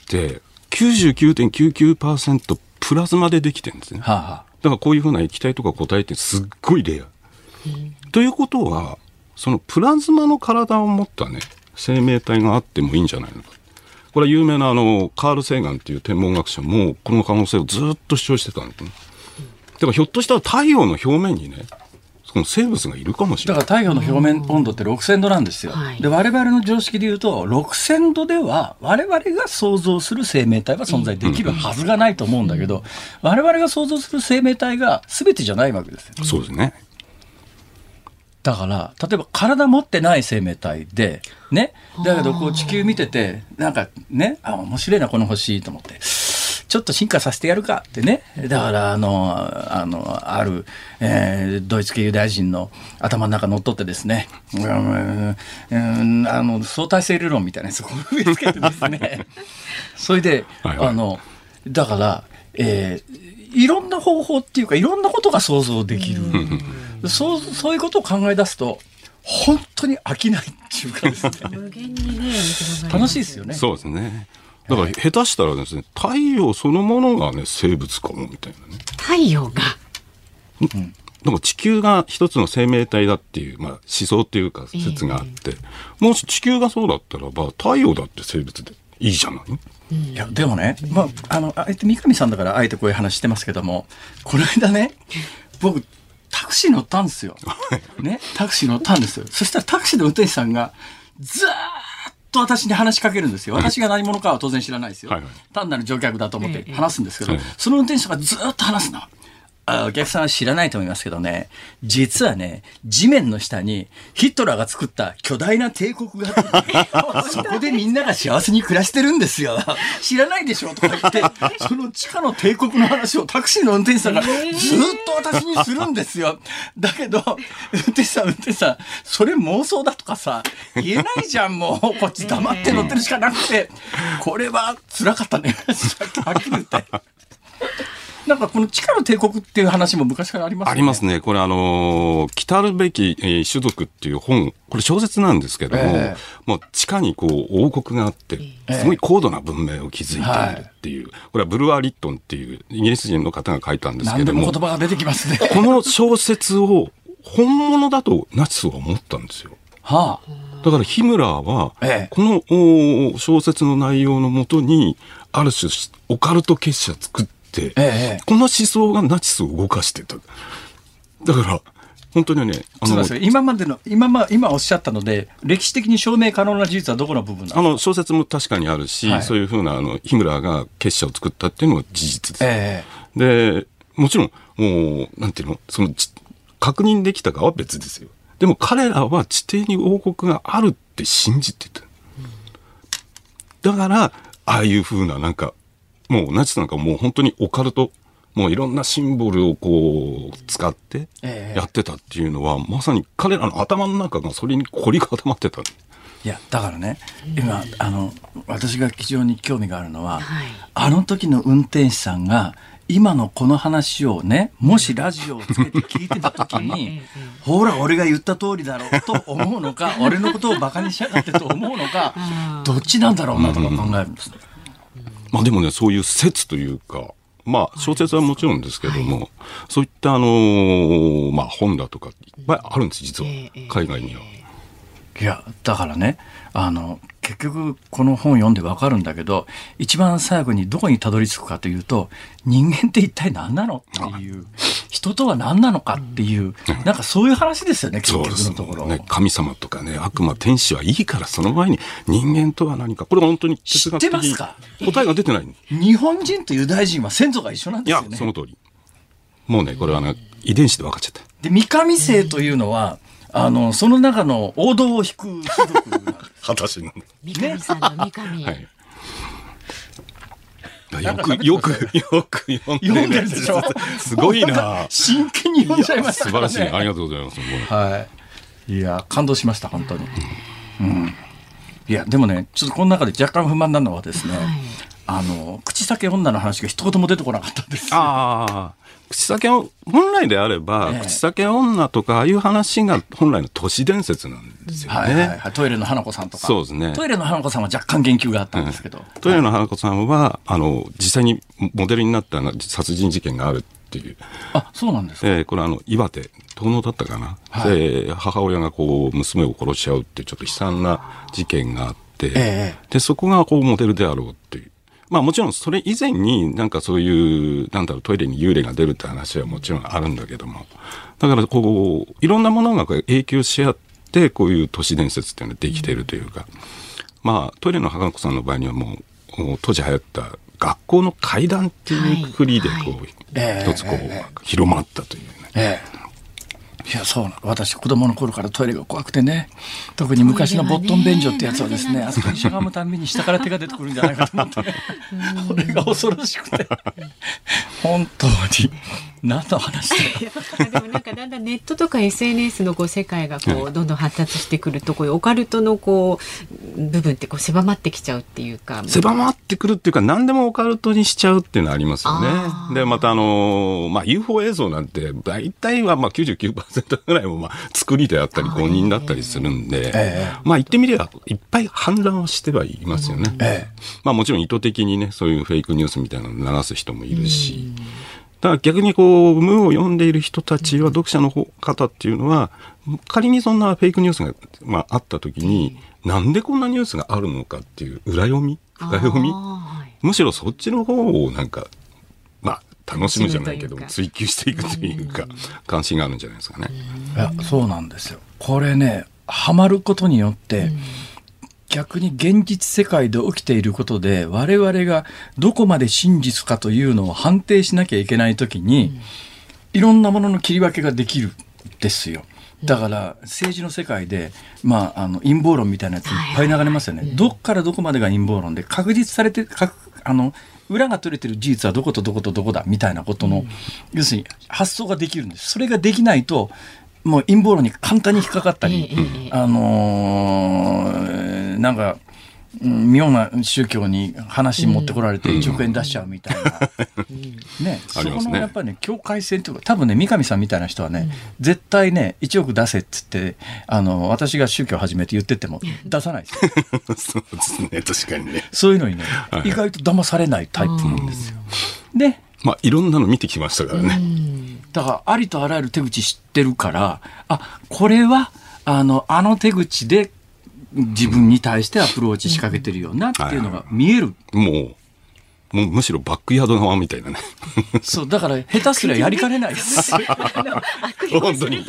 S3: きゅうじゅうきゅうてんきゅうきゅうパーセント プラズマでできてるんですね、はあはあ、だからこういうふうな液体とか固体ってすっごいレア、うん、ということはそのプラズマの体を持ったね生命体があってもいいんじゃないのか。これは有名なあのカール・セーガンっていう天文学者もこの可能性をずっと主張してたんですね。だからひょっとしたら太陽の表面にねその生物がいるかもしれない。
S1: だから太陽の表面温度ってろくせんどなんですよ、はい、で我々の常識でいうとろくせんどでは我々が想像する生命体は存在できるはずがないと思うんだけど、うん、我々が想像する生命体が全てじゃないわけですよ。
S3: そうですね。
S1: だから例えば体持ってない生命体でねだけどこう地球見ててなんかねあ面白いなこの星と思ってちょっと進化させてやるかってね。だからあのあのある、えー、ドイツ系ユダヤ人の頭の中乗っ取ってですね、うん、うん、あの相対性理論みたいなやつを植え付けてですねそれで、はいはい、あのだから、えー、いろんな方法っていうかいろんなことが想像できるそう、そういうことを考え出すと本当に飽きないっていうかですね無限にね楽しいですよね。
S3: そうですね。だから下手したらですね太陽そのものがね生物かもみたいなね。
S2: 太陽が、
S3: うん、 でも地球が一つの生命体だっていう、まあ、思想っていうか説があって、えー、もし地球がそうだったらば太陽だって生物でいいじゃない。
S1: いやでもね、まあ、あのあえて三上さんだからあえてこういう話してますけども、この間ね僕タクシー乗ったんですよ、ね、タクシー乗ったんですよ。そしたらタクシーの運転手さんがずーっと私に話しかけるんですよ。私が何者かは当然知らないですよ、はいはい、単なる乗客だと思って話すんですけど、はいはい、その運転手さんがずーっと話すの。あ、お客さんは知らないと思いますけどね、実はね地面の下にヒトラーが作った巨大な帝国があって、そこでみんなが幸せに暮らしてるんですよ。知らないでしょとか言ってその地下の帝国の話をタクシーの運転手さんがずっと私にするんですよ。だけど運転手さん運転手さんそれ妄想だとかさ言えないじゃん。もうこっち黙って乗ってるしかなくて、これは辛かったねはっきり言って。なんかこの地下の帝国っていう話も昔からありますよね。
S3: ありますね。これあのー、来るべき、えー、種族っていう本、これ小説なんですけども、えー、もう地下にこう王国があって、すごい高度な文明を築いているっていう、えー、これはブルワー・リットンっていうイギリス人の方が書いたんですけども、
S1: 何でも言葉が出てきますね。
S3: この小説を本物だとナチスは思ったんですよ。
S1: はあ、
S3: だからヒムラーは、ええ、この小説の内容のもとにある種オカルト結社作って、ええ、この思想がナチスを動かしてた。だから本当にね、
S1: あの今までの 今, ま今おっしゃったので歴史的に証明可能な事実はどこの部分なんですか。
S3: あの小説も確かにあるし、はい、そういうふうなあのヒムラーが結社を作ったっていうのは事実です、ええ、でもちろんもうなんていうの、その確認できたかは別ですよ。でも彼らは地底に王国があるって信じてた。だからああいう風ななんかもうナチスなんかもう本当にオカルト、もういろんなシンボルをこう使ってやってたっていうのは、ええ、まさに彼らの頭の中がそれに凝り固まってた。
S1: いやだからね、今あの私が非常に興味があるのは、はい、あの時の運転手さんが今のこの話をね、もしラジオをつけて聞いてた時にほら俺が言った通りだろうと思うのか俺のことをバカにしやがってと思うのかどっちなんだろうなとか考えるんですね。
S3: まあでもね、そういう説というか、まあ小説はもちろんですけども、はい、そういったあのー、まあ本だとかいっぱいあるんです実は、海外には。
S1: いやだからね、あの結局この本読んで分かるんだけど、一番最後にどこにたどり着くかというと、人間って一体何なのっていう、人とは何なのかっていう、うん、なんかそういう話ですよね、結局のところ、
S3: ね、神様とかね、悪魔天使はいいから、その前に人間とは何か、これ本当に哲学的に答えが出てない。
S1: 日本人とユダヤ人は先祖が一緒なんですよね。
S3: いやその通り、もうねこれはね遺伝子で分かっちゃった。
S1: で三上姓というのは、あのその中の王道を引く種族なんです。
S3: 私の
S2: 三上さんの三上、はい
S3: よくよくよく読んで、ね、
S1: 読んでるでしょ。
S3: すごいな。
S1: 真剣に読んじゃいましたからね。
S3: 素晴らしい、ありがとうございます。
S1: はい。いや感動しました本当に。うん。いやでもね、ちょっとこの中で若干不満なのはですね、はい、あの口裂け女の話が一言も出てこなかったんですよ。
S3: ああ。口裂け本来であれば、ええ、口裂け女とかああいう話が本来の都市伝説なんですよね。はいはいはい、
S1: トイレの花子さんとか。
S3: そうですね。
S1: トイレの花子さんは若干言及があったんですけど、
S3: うん、トイレの花子さんはあの実際にモデルになった殺人事件があるっていう。
S1: あ、そうなんですか。
S3: えー、これあの岩手東能だったかな、はい、で母親がこう娘を殺しちゃうっていうちょっと悲惨な事件があって、ええ、でそこがこうモデルであろうっていう。まあもちろんそれ以前になんかそういうなんだろうトイレに幽霊が出るって話はもちろんあるんだけども、だからこういろんなものが影響し合ってこういう都市伝説っていうのができているというか、まあトイレの花子さんの場合にはもう当時流行った学校の怪談っていうくくりでこう、はい、一つこう、えー、広まったというね。えー
S1: いやそうなの、私子供の頃からトイレが怖くてね、特に昔のボットン便所ってやつはですね、あそこにしゃがむたんびに下から手が出てくるんじゃないかと思ってこれが恐ろしくて本当に何の話だよ。
S2: でもなんかだんだんネットとか エスエヌエス のこう世界がこうどんどん発達してくると、こういうオカルトのこう部分ってこう狭まってきちゃうっていうか、
S3: 狭まってくるっていうか何でもオカルトにしちゃうっていうのはありますよね。でまたあの、まあ、ユーフォー 映像なんて大体はまあ きゅうじゅうきゅうパーセント ぐらいもまあ作りであったり誤認だったりするんで、えー、まあ言ってみればいっぱい氾濫をしてはいますよね。えー、まあもちろん意図的にねそういうフェイクニュースみたいなのを流す人もいるし、 だから逆にこう無を読んでいる人たちは、読者の方っていうのは仮にそんなフェイクニュースが、まあ、あった時に、うん、なんでこんなニュースがあるのかっていう裏読み深読み、はい、むしろそっちの方をなんかまあ楽しむじゃないけど追求していくというか、うん、関心があるんじゃないですかね。
S1: いやそうなんですよ。これねハマることによって、うん逆に現実世界で起きていることで我々がどこまで真実かというのを判定しなきゃいけないときに、うん、いろんなものの切り分けができるんですよ。だから政治の世界で、まあ、あの陰謀論みたいなやついっぱい流れますよね、はいはい、どっからどこまでが陰謀論で確実されてあの裏が取れてる事実はどことどことどこだみたいなことの、うん、要するに発想ができるんです。それができないともう陰謀論に簡単に引っかかったり、ええあのー、なんか、うん、妙な宗教に話持ってこられていちおくえん出しちゃうみたいな、うんね、そこのやっぱりね境界線というか多分ね三上さんみたいな人はね、うん、絶対ねいちおく出せっつってあの私が宗教始めて言ってても出さないですよ
S3: そうですね確かにね
S1: そういうのにね意外と騙されないタイプなんですよ。で
S3: まあいろんなの見てきましたからね。
S1: うんだからありとあらゆる手口知ってるからあこれはあのあの手口で自分に対してアプローチ仕掛けてるよなっていうのが見える、
S3: うんはいはい、もう、もうむしろバックヤード側みたいなね
S1: そうだから下手すりゃやりかねないです
S2: 本当に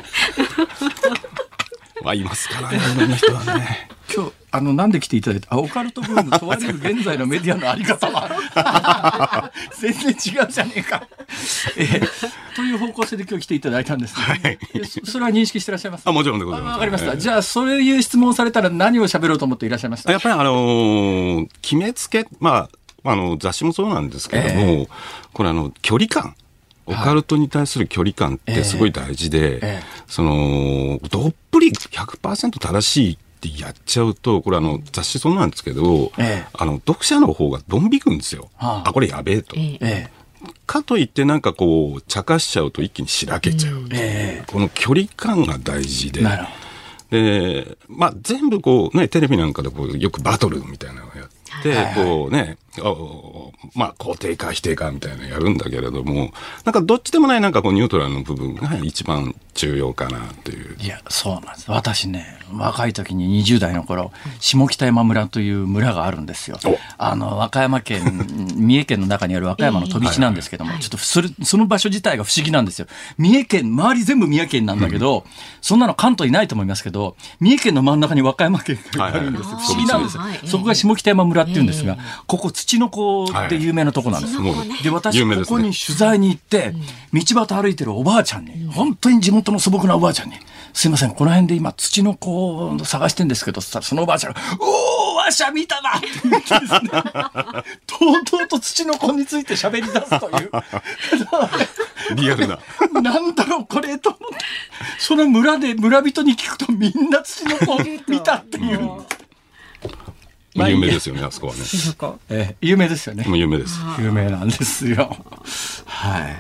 S3: まあいますからねいろんな人はね
S1: 今日あのなんで来ていただいてあオカルトブーム問われる現在のメディアのあり方は全然違うじゃねえか、えー、という方向性で今日来ていただいたんです、ねはい、そ, それは認識してらっしゃいますか。
S3: あもちろんでございます。
S1: わかりました、はい、じゃあそういう質問をされたら何を喋ろうと思っていらっしゃいました。
S3: やっぱりあのー、決めつけまああの雑誌もそうなんですけども、えー、これあの距離感オカルトに対する距離感ってすごい大事で、はいえーえー、そのどっぷり ひゃくパーセント 正しいってやっちゃうとこれあの雑誌そうなんですけど、えー、あの読者の方がドン引くんですよ、はあ、あこれやべえと、えー、かといってなんかこう茶化しちゃうと一気にしらけちゃう、うんえー、この距離感が大事で、なるほど。でまあ、全部こう、ね、テレビなんかでこうよくバトルみたいなのをやって、はいはい、こうねまあ肯定か否定かみたいなのやるんだけれどもなんかどっちでもないなんかこうニュートラルの部分が一番重要かなという。
S1: いやそうなんです。私ね若い時ににじゅう代の頃下北山村という村があるんですよ。あの和歌山県三重県の中にある和歌山の飛び地なんですけども、えー、ちょっとそれその場所自体が不思議なんですよ。三重県周り全部三重県なんだけど、うん、そんなの関東いないと思いますけど三重県の真ん中に和歌山県があるんですよ、はいはい、不思議なんですよ、はい、そこが下北山村っていうんですが、えー、ここ土の子で有名なとこなんですよ、はい、で私ここに取材に行って、道端歩いてるおばあちゃんに、うん、本当に地元の素朴なおばあちゃんにすいませんこの辺で今土の子を探してんですけどそのおばあちゃんがおーわしゃ見たなって言ってですねとうとうと土の子について喋り出すという
S3: リアルな
S1: なんだろうこれと思ってその村で村人に聞くとみんな土の子を見たっていう
S3: まあ、有名ですよねあそこはね、
S1: えー、有名ですよね。
S3: もう有名です。
S1: 有名なんですよ。はい。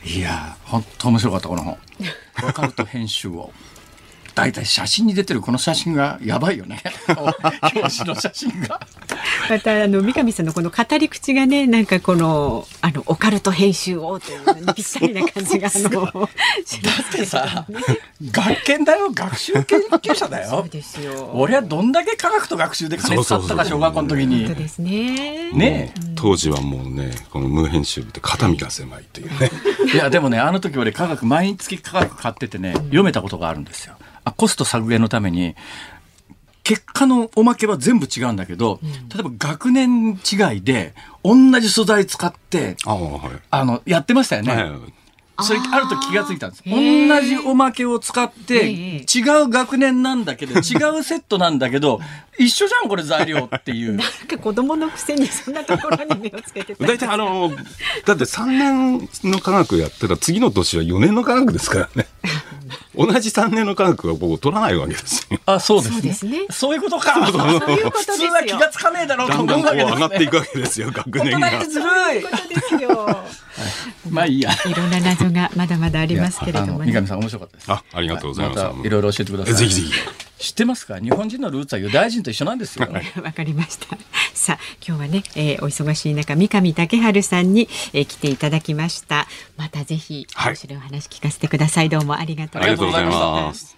S1: いや本当面白かったこの本。オカルト編集を。だいたい写真に出てるこの写真がやばいよね。表紙の写真が。
S2: またあの三上さんのこの語り口がねなんかこのあのオカルト編集をというのにぴったりな感じがあの
S1: だってさ学研だよ学習研究者だよ。
S2: そうですよ。
S1: 俺はどんだけ科学と学習で金使ったか小学校の時に。
S2: そうですね。
S1: ね、
S3: うん、当時はもうねこの無編集って肩身が狭いというね。
S1: いやでもねあの時俺科学毎月科学買っててね読めたことがあるんですよ。あコスト削減のために結果のおまけは全部違うんだけど、うん、例えば学年違いで同じ素材使ってあ、はい、あのやってましたよね、はいはい、それあると気がついたんです。同じおまけを使って違う学年なんだけど違うセットなんだけど一緒じゃんこれ材料っていう
S2: なんか子供のくせにそんなところに目をつけてた
S3: 大体あのだってさんねんの科学やってた次の年はよねんの科学ですからね同じさんねんの科学は僕取らないわけですよ。
S1: あそうですね。
S2: そうですね。
S1: そういうことか。そういうことですよ。普通は気がつかねえだろうと思うわけですね。
S3: だんだんこう上がっていくわけですよ学年が。
S1: 大人ってずるい。
S2: そういうことですよ。はい、
S1: まあいいや。
S2: いろんな謎がまだまだありますけれども、ね、
S1: 三上さん面白かったです。
S3: あ、ありがとうございます。
S1: またいろいろ教えてください。
S3: ぜひぜひ。
S1: 知ってますか？日本人のルーツはユダヤ人と一緒なんですよ。
S2: わかりました。さあ今日はね、えー、お忙しい中三上丈春さんに、えー、来ていただきました。またぜひ面白いお話聞かせてください。どうもありがとうございました。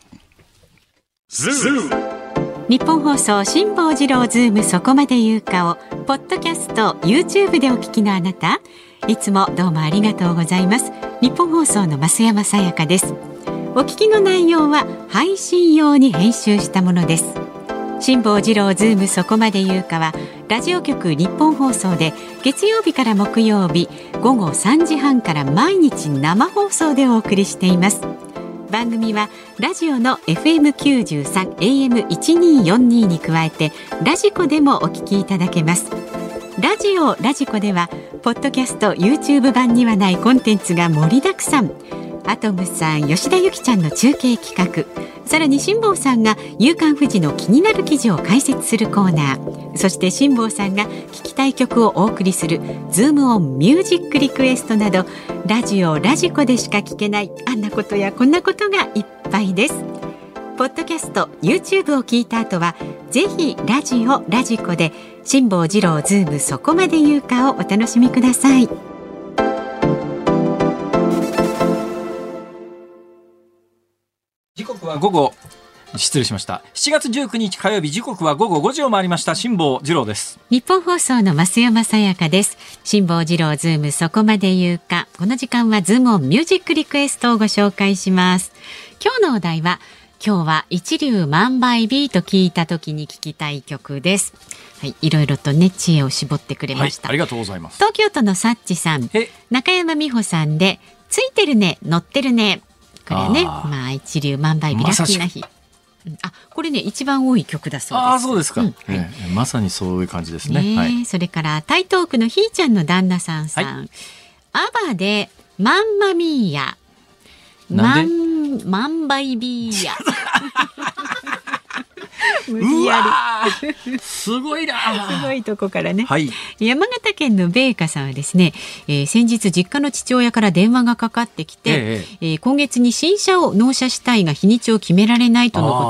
S2: 日本放送辛坊治郎ズームそこまで言うかをポッドキャスト YouTube でお聞きのあなた、いつもどうもありがとうございます。日本放送の増山さやかです。お聞きの内容は配信用に編集したものです。辛坊治郎ズームそこまで言うかはラジオ局日本放送で月曜日から木曜日午後さんじはんから毎日生放送でお送りしています。番組はラジオの エフエムきゅうじゅうさん エーエムせんにひゃくよんじゅうに に加えてラジコでもお聞きいただけます。ラジオラジコではポッドキャスト YouTube 版にはないコンテンツが盛りだくさん。アトムさん、吉田ゆきちゃんの中継企画、さらに辛坊さんが夕刊フジの気になる記事を解説するコーナー、そして辛坊さんが聞きたい曲をお送りするズームオンミュージックリクエストなど、ラジオラジコでしか聞けないあんなことやこんなことがいっぱいです。ポッドキャスト YouTube を聞いた後はぜひラジオラジコで辛坊治郎ズームそこまで言うかをお楽しみください。
S1: 時刻は午後失礼しましたしちがつじゅうくにち火曜日、時刻は午後ごじを回りました。辛坊治郎です。
S2: 日本放送の増山さやかです。辛坊治郎ズームそこまで言うか、この時間はズームオンミュージックリクエストをご紹介します。今日のお題は、今日は一粒万倍日と聞いた時に聞きたい曲です。はい、いろいろとね知恵を絞ってくれました、
S1: はい、ありがとうございます。
S2: 東京都のサッチさん、中山美穂さんでついてるね乗ってるね、これね、あまあ一粒万倍日、ラッキーな日、うん、あこれね一番多い曲だそうです。
S1: あそうですか、うんはい
S2: え
S1: ー、まさにそういう感じですね。ね、はい、
S2: それから台東区のひーちゃんの旦那さんさん、はい、アバでマンマミーヤ、マンマンバイビーヤ無理やり
S1: すごいな
S2: すごいとこからね、
S1: はい、
S2: 山形県のベーカさんはですね、えー、先日実家の父親から電話がかかってきて、えええー、今月に新車を納車したいが日にちを決められないとのこと、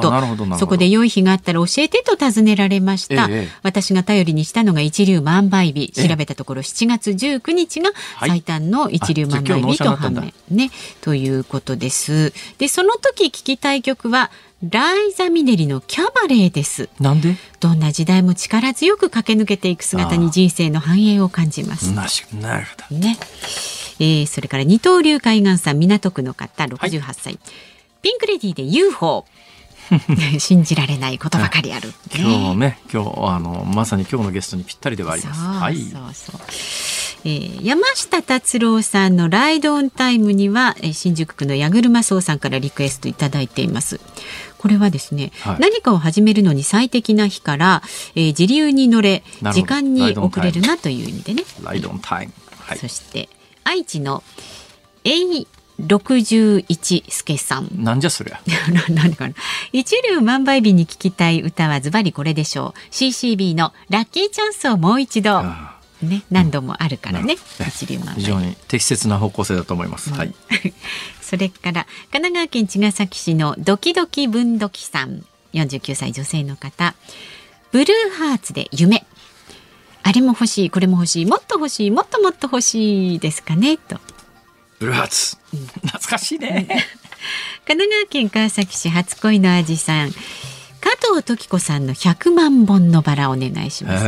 S2: そこで良い日があったら教えてと尋ねられました、ええ、私が頼りにしたのが一粒万倍日、調べたところしちがつじゅうくにちが最短の一粒万倍日と判明、ね、ということです。でその時聞きたい曲はライザ・ミネリのキャバレーです。
S1: なんで？
S2: どんな時代も力強く駆け抜けていく姿に人生の繁栄を感じます。
S1: なるほど、
S2: ねえー、それから二刀流海岸さん、港区の方ろくじゅうはっさい、はい、ピンクレディーで ユーフォー 信じられないことばかりある、ね、
S1: 今日ね今日あのまさに今日のゲストにぴったりではあります。
S2: そう、
S1: はい、
S2: そうそうえー、山下達郎さんのライドオンタイムには、えー、新宿区の矢車荘さんからリクエストいただいています。これはですね、はい、何かを始めるのに最適な日から、えー、自流に乗れ時間に遅れるなという意味でね、
S1: ライドオンタイム、はい、
S2: そして愛知の エーろくじゅういち 助さん、
S1: なんじゃそりゃ
S2: 何かな、一粒万倍日に聞きたい歌はズバリこれでしょう。 シーシービー のラッキーチャンスをもう一度、ね、何度もあるからね、うん、一粒万倍日、
S1: 非常に適切な方向性だと思います、うん、はい
S2: それから神奈川県茅ヶ崎市のドキドキ文土器さん、よんじゅうきゅうさい女性の方、ブルーハーツで夢、あれも欲しいこれも欲しいもっと欲しいもっともっと欲しいですかねと。
S1: ブルーハーツ、うん、懐かしいね
S2: 神奈川県川崎市初恋の味さん、加藤時子さんのひゃくまんぼんのバラお願いします。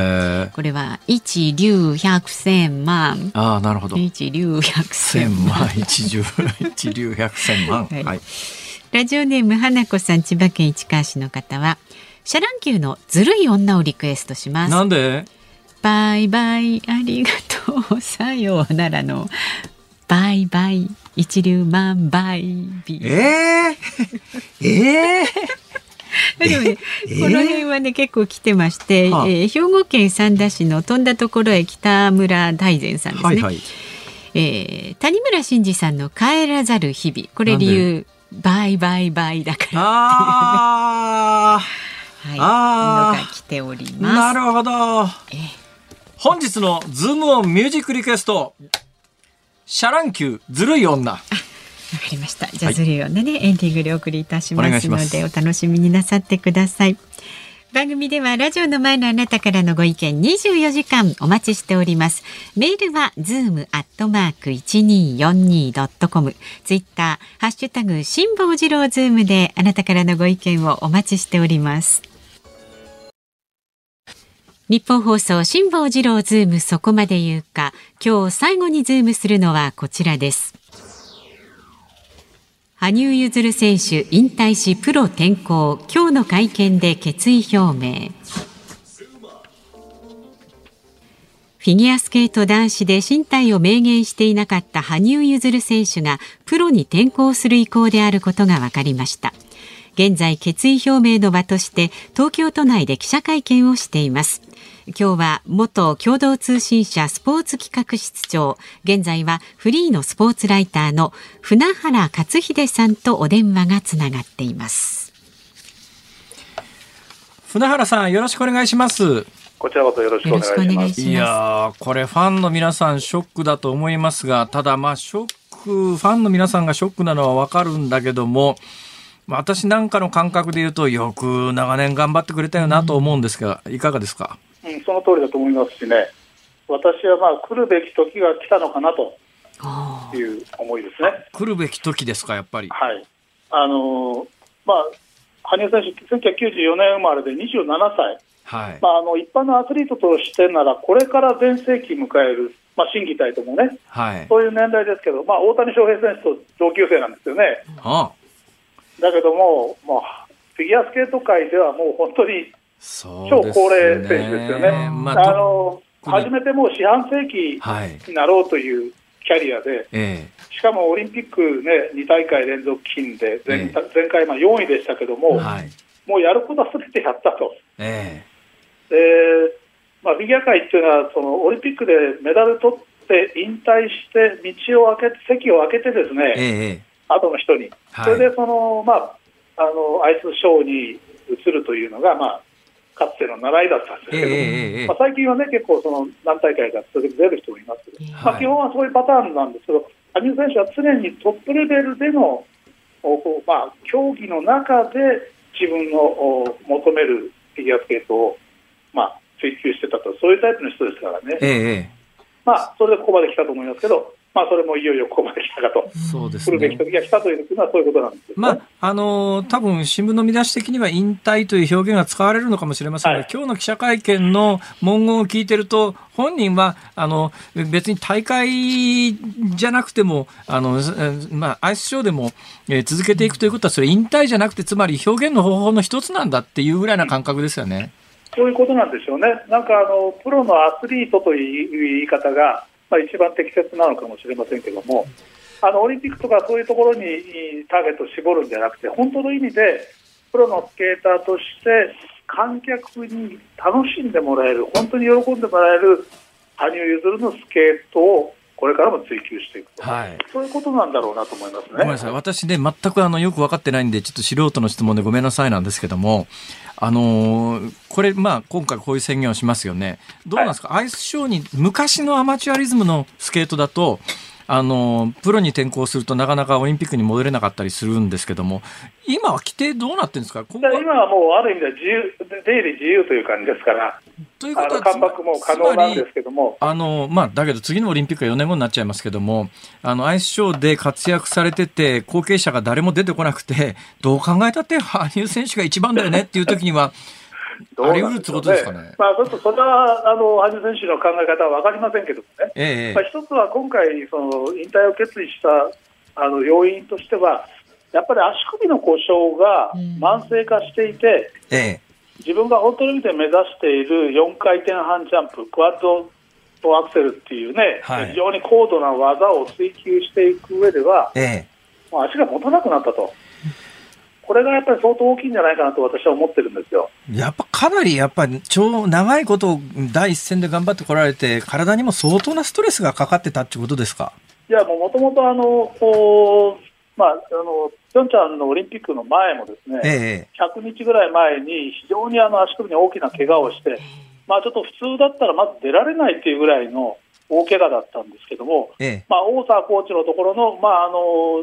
S2: これは一粒百千万、
S1: ああなるほど、
S2: 一粒百千万
S1: 一粒一粒百千万、はいはい、
S2: ラジオネーム花子さん、千葉県市川市の方はシャランキューのずるい女をリクエストします。
S1: なんで？
S2: バイバイありがとうさようならのバイバイ一粒万倍日、
S1: えー、えー
S2: でもね、えー、この辺はね結構来てまして、はあ、えー、兵庫県三田市の飛んだところへ北村大善さんですね、はいはい、えー、谷村新司さんの帰らざる日々、これ理由バイバイバイだからっていうね、
S1: あ、
S2: はい、あのが来ております。
S1: なるほど、えー、本日のズームオンミュージックリクエスト、シャランキューずるい女、
S2: わかりました。ジャズリーをね、はい、エンディングでお送りいたしますので、お楽しみになさってください。番組ではラジオの前のあなたからのご意見にじゅうよじかんお待ちしております。メールは ズーム アットマーク いちにーよんにー ドットコム、ツイッターハッシュタグ辛坊治郎ズームであなたからのご意見をお待ちしております。日本放送辛坊治郎ズームそこまで言うか、今日最後にズームするのはこちらです。羽生結弦選手引退しプロ転向、今日の会見で決意表明。フィギュアスケート男子で進退を明言していなかった羽生結弦選手がプロに転向する意向であることが分かりました。現在決意表明の場として東京都内で記者会見をしています。今日は元共同通信社スポーツ企画室長、現在はフリーのスポーツライターの船原克秀さんとお電話がつながっています。
S1: 船原さん、よろしくお願いします。
S4: こちらこそよろしくお願いします。
S1: いやー、これファンの皆さんショックだと思いますが、ただまあショック、ファンの皆さんがショックなのはわかるんだけども、私なんかの感覚で言うとよく長年頑張ってくれたよなと思うんですが、いかがですか？
S4: うん、その通りだと思いますしね、私はまあ来るべき時が来たのかなという思いですね。
S1: 来るべき時ですか、やっぱり。
S4: はい。あのー、まあ羽生選手せんきゅうひゃくきゅうじゅうよねん生まれでにじゅうななさい、はい。まあ、あの一般のアスリートとしてならこれから全盛期迎える、まあ、心技体ともね、はい、そういう年代ですけど、まあ、大谷翔平選手と同級生なんですよね。ああ、だけども、もうフィギュアスケート界ではもう本当に超高齢選手ですよね。まあ、あの初めてもう四半世紀になろうというキャリアで、はい、しかもオリンピック、ね、に大会連続金で 前,、えー、前回まあよんいでしたけども、はい、もうやることは全てやったと、えーでまあ、フィギュア界っていうのはそのオリンピックでメダル取って引退して道を開けて席を開けてですね、えー、後の人に、はい、それでその、まあ、あのアイスショーに移るというのが、まあ、かつての習いだったんですけども、えーまあ、最近はね結構その何大会か続けて出る人もいますけど、えーまあ、基本はそういうパターンなんですけど、羽生選手は常にトップレベルでの、まあ、競技の中で自分の求めるフィギュアスケートを、まあ、追求してたと、そういうタイプの人ですからね、えーまあ、それでここまで来たと思いますけど、まあ、それもいよいよここまで来たかと、そうですね、来るべき時が来たというのはそういうことなんですよね。
S1: まあ、あのー、多分新聞の見出し的には引退という表現が使われるのかもしれませんが、はい、今日の記者会見の文言を聞いてると、本人はあの別に大会じゃなくてもあの、まあ、アイスショーでも、えー、続けていくということは、それ引退じゃなくて、つまり表現の方法の一つなんだっていうぐらいな感覚ですよね。
S4: そういうことなんでしょうね。なんかあのプロのアスリートという言い方が、まあ、一番適切なのかもしれませんけども、あのオリンピックとかそういうところにターゲットを絞るんじゃなくて、本当の意味でプロのスケーターとして観客に楽しんでもらえる、本当に喜んでもらえる羽生結弦のスケートをこれからも追求していくと、はい、そういうことなんだろうなと思いますね。ごめんな
S1: さい、私ね全くあのよく分かってないんで、ちょっと素人の質問でごめんなさいなんですけども、あのー、これ、まあ、今回こういう宣言をしますよね。どうなんですか、はい、アイスショーに昔のアマチュアリズムのスケートだと、あのー、プロに転向するとなかなかオリンピックに戻れなかったりするんですけども、今は規定どうなってるんですか？今
S4: はもうある意味では自由、出入り自由という感じですから、ということは関白も可能なんですけども、
S1: あの、まあ、だけど次のオリンピックはよねんごになっちゃいますけども、あのアイスショーで活躍されてて後継者が誰も出てこなくて、どう考えたって羽生選手が一番だよねっていう時にはあり得るってことですかね。
S4: まあ、ちょっとそれはあの羽生選手の考え方は分かりませんけどもね、ええまあ、一つは今回その引退を決意したあの要因としては、やっぱり足首の故障が慢性化していて、うんええ、自分が本当に目指しているよんかいてん半ジャンプ、クワッドとアクセルっていうね、はい、非常に高度な技を追求していく上では、ええ、もう足が持たなくなったと。これがやっぱり相当大きいんじゃないかなと私は思ってるんですよ。
S1: やっぱかなりやっぱり超長いこと第一線で頑張ってこられて、体にも相当なストレスがかかってたってことですか？
S4: いや、もともとあのこう、まあ、あのピョンチャンのオリンピックの前もですね、ええ、ひゃくにちぐらい前に非常にあの足首に大きな怪我をして、まあ、ちょっと普通だったらまず出られないっていうぐらいの大怪我だったんですけども、ええ、まあ、大沢コーチのところの、まあ、あの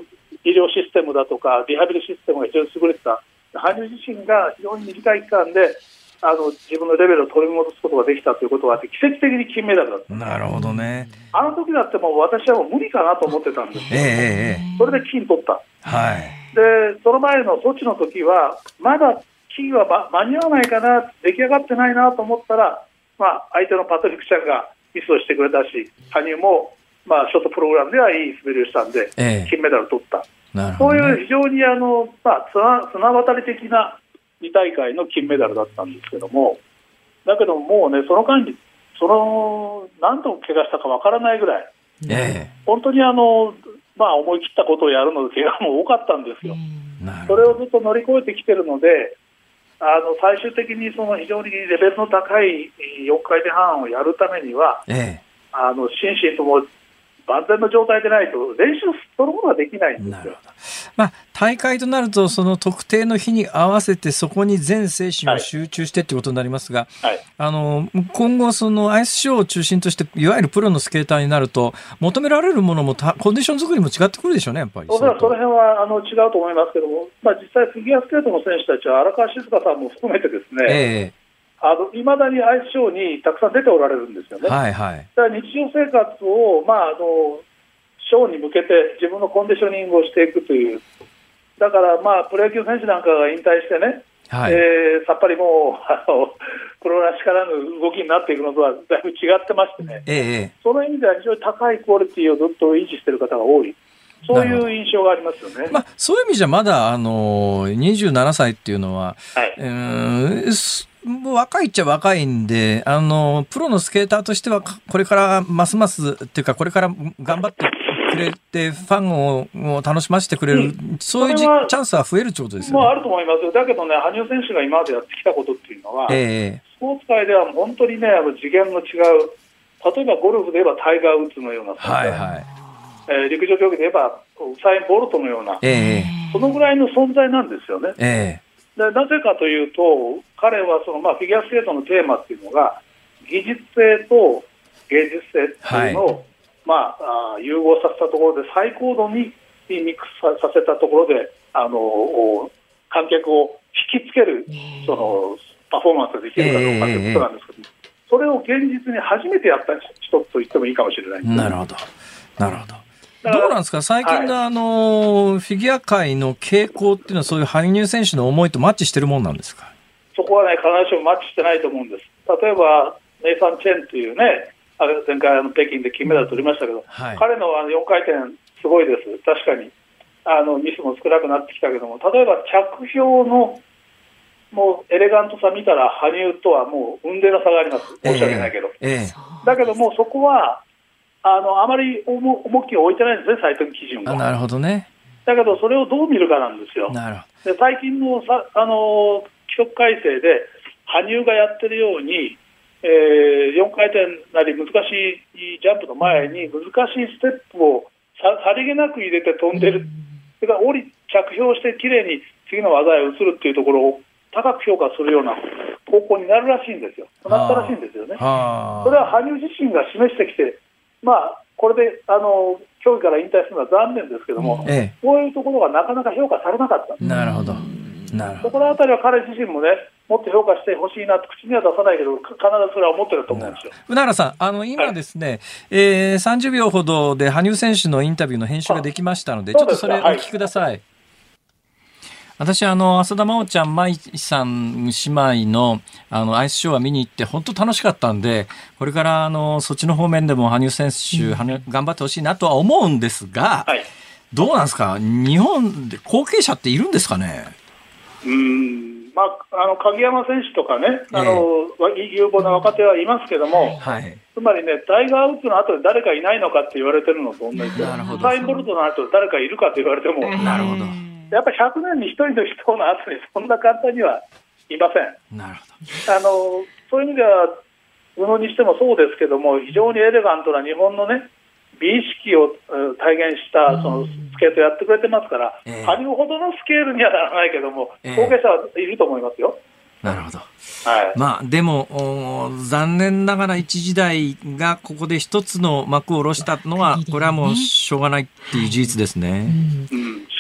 S4: 医療システムだとかリハビリシステムが非常に優れてた羽生自身が非常に短い期間であの自分のレベルを取り戻すことができたということがあって奇跡的に金メダルだった。
S1: なるほどね。
S4: あの時だってもう私はもう無理かなと思ってたんですよ、えー、それで金取った、
S1: はい、
S4: でその前のソチの時はまだ金は、ま、間に合わないかな出来上がってないなと思ったら、まあ、相手のパトリックちゃんがミスをしてくれたし羽生も、まあ、ショートプログラムではいい滑りをしたんで、えー、金メダルを取った。なるほどね、そういう非常にあの、まあ、綱、綱渡り的なに大会の金メダルだったんですけども、だけどもうねその間にその何度怪我したかわからないぐらい、えー、本当にあの、まあ、思い切ったことをやるので怪我も多かったんですよ。それをずっと乗り越えてきているのであの最終的にその非常にレベルの高いよんかいてん半をやるためには、えー、あの心身とも万全の状態でないと練習そのものはできないんですよ。
S1: まあ、大会となるとその特定の日に合わせてそこに全精神を集中してということになりますが、はい、あの今後そのアイスショーを中心としていわゆるプロのスケーターになると求められるものもコンディション作りも違ってくるでしょうね。やっぱり
S4: その辺はあの違うと思いますけども、まあ、実際フィギュアスケートの選手たちは荒川静香さんも含めてですね、えーいまだにアイスショーにたくさん出ておられるんですよね。はいはい、だから日常生活を、まあ、あのショーに向けて自分のコンディショニングをしていくという。だから、まあ、プロ野球選手なんかが引退してね、はいえー、さっぱりもうあのプロらしからぬ動きになっていくのとはだいぶ違ってましてね、ええ、その意味では非常に高いクオリティをずっと維持している方が多い。そういう印象がありますよね。
S1: まあ、そういう意味じゃまだあのにじゅうななさいっていうのは、はいうーん若いっちゃ若いんであのプロのスケーターとしてはこれからますますっていうかこれから頑張ってくれてファンを楽しませてくれる、うん、そういうチャンスは増えるってことですよね。
S4: まあ、あると思いますよ。だけどね羽生選手が今までやってきたことっていうのは、えー、スポーツ界では本当にねあの次元の違う例えばゴルフで言えばタイガー・ウッズのような存在、はいはいえー、陸上競技で言えばウサイン・ボルトのような、えー、そのぐらいの存在なんですよね。えーでなぜかというと彼はその、まあ、フィギュアスケートのテーマっていうのが技術性と芸術性っていうのを、はいまあ、あ融合させたところで最高度にミックスさせたところであの観客を引きつけるそのパフォーマンスができるかどうかということなんですけど、えー、それを現実に初めてやった人と言ってもいいかもしれない。
S1: なるほどなるほど。どうなんですか最近の、はい、あのフィギュア界の傾向っていうのはそういう羽生選手の思いとマッチしてるもんなんですか。
S4: そこはね必ずしもマッチしてないと思うんです。例えばネイサン・チェンというね前回あの北京で金メダル取りましたけど、はい、彼のあのよんかいてんすごいです。確かにあのミスも少なくなってきたけども例えば着氷のもうエレガントさ見たら羽生とはもう雲泥の差があります。申し訳ないけど、えーえー、だけどもそこはあのあまり重きを置いてないんですね採点基準が。
S1: なるほどね。
S4: だけどそれをどう見るかなんですよ。なるほど。で最近のさあの規則改正で羽生がやってるように、えー、よんかいてんなり難しいジャンプの前に難しいステップをささりげなく入れて飛んでる、それから降り着氷してきれいに次の技へ移るっていうところを高く評価するような方向になるらしいんですよ。なったらしいんですよね。それは羽生自身が示してきてまあ、これであの競技から引退するのは残念ですけども、ええ、こういうところがなかなか評価されなかった。
S1: なるほど。なるほど。
S4: そこのあたりは彼自身もね、もっと評価してほしいなって口には出さないけど、必ずそれは思ってると思うんですよ。
S1: うならさん、あの今ですね、はいえー、さんじゅうびょうほどで羽生選手のインタビューの編集ができましたので、ちょっとそれお聞きください。はい私あの浅田真央ちゃん舞さん姉妹 の, あのアイスショーは見に行って本当楽しかったんでこれからあのそっちの方面でも羽生選手、うん、頑張ってほしいなとは思うんですが、はい、どうなんですか日本で後継者っているんですかね。
S4: うーん、まあ、あの鍵山選手とかねあの、えー、有望な若手はいますけども、はい、つまりねタイガー・ウッズの後で誰かいないのかって言われてるのと同じでウサイン・ボルトの後で誰かいるかと言われても、
S1: なるほど
S4: やっぱりひゃくねんにひとりの人の後にそんな簡単にはいません。なるほど。あのそういう意味では宇野にしてもそうですけども非常にエレガントな日本のね美意識を体現したそのスケートやってくれてますから、えー、羽生ほどのスケールにはならないけども、えー、後継者はいると思いますよ。
S1: なるほど、はいまあ、でも残念ながら一時代がここで一つの幕を下ろしたのはこれはもうしょうがないっていう事実ですね。
S4: うん、し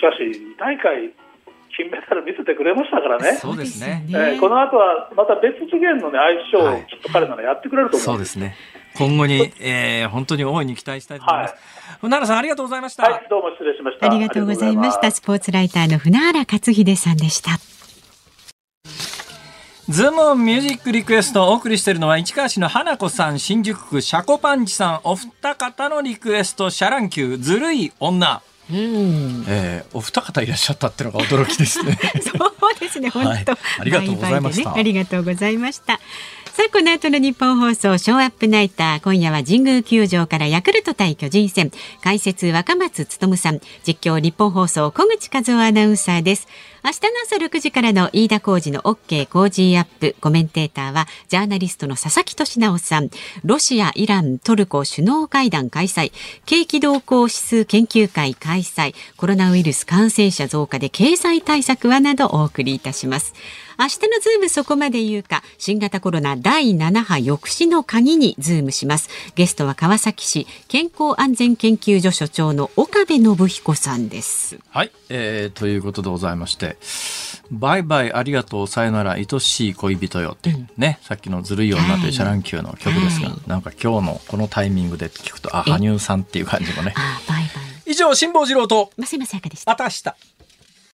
S4: かしに大会金メダル見せてくれましたからね。
S1: そうですね、
S4: えー、この後はまた別次元の、ね、相性をきっと彼ならやってくれると思う、はい、
S1: そうですね。今後に、えー、本当に大いに期待したいと思います。はい、船原さんありがとうございました。
S4: はい、どうも失礼しました。
S2: ありがとうございました。スポーツライターの船原克秀さんでした。
S1: ズームオンミュージックリクエストをお送りしているのは市川市の花子さん、新宿区シャコパンチさん、お二方のリクエスト、シャランキューずるい女。うん、えー、お二方いらっしゃったっていうのが驚きですね。
S2: そうですね、本当、はい、
S1: ありがとうございました、
S2: ね、ありがとうございました。さあ、この後の日本放送ショーアップナイター、今夜は神宮球場からヤクルト対巨人戦、解説若松勉さん、実況日本放送小口和夫アナウンサーです。明日の朝ろくじからの飯田浩司の OK 工事アップ、コメンテーターはジャーナリストの佐々木俊直さん。ロシア、イラン、トルコ首脳会談開催、景気動向指数研究会開催、コロナウイルス感染者増加で経済対策はなどお送りいたします。明日のズームそこまで言うか、新型コロナだいなな波抑止の鍵にズームします。ゲストは川崎市健康安全研究所所長の岡部信彦さんです。
S1: はい、えー、ということでございまして、バイバイありがとうさよなら愛しい恋人よって、うん、ね、さっきのずるい女というシャランキューの曲ですが、はい、なんか今日のこのタイミングで聞くと、あ、羽生さんっていう感じもね。
S2: あ、バイバイ。
S1: 以上、辛坊治郎と
S2: 増山さやかでした。
S1: また明日。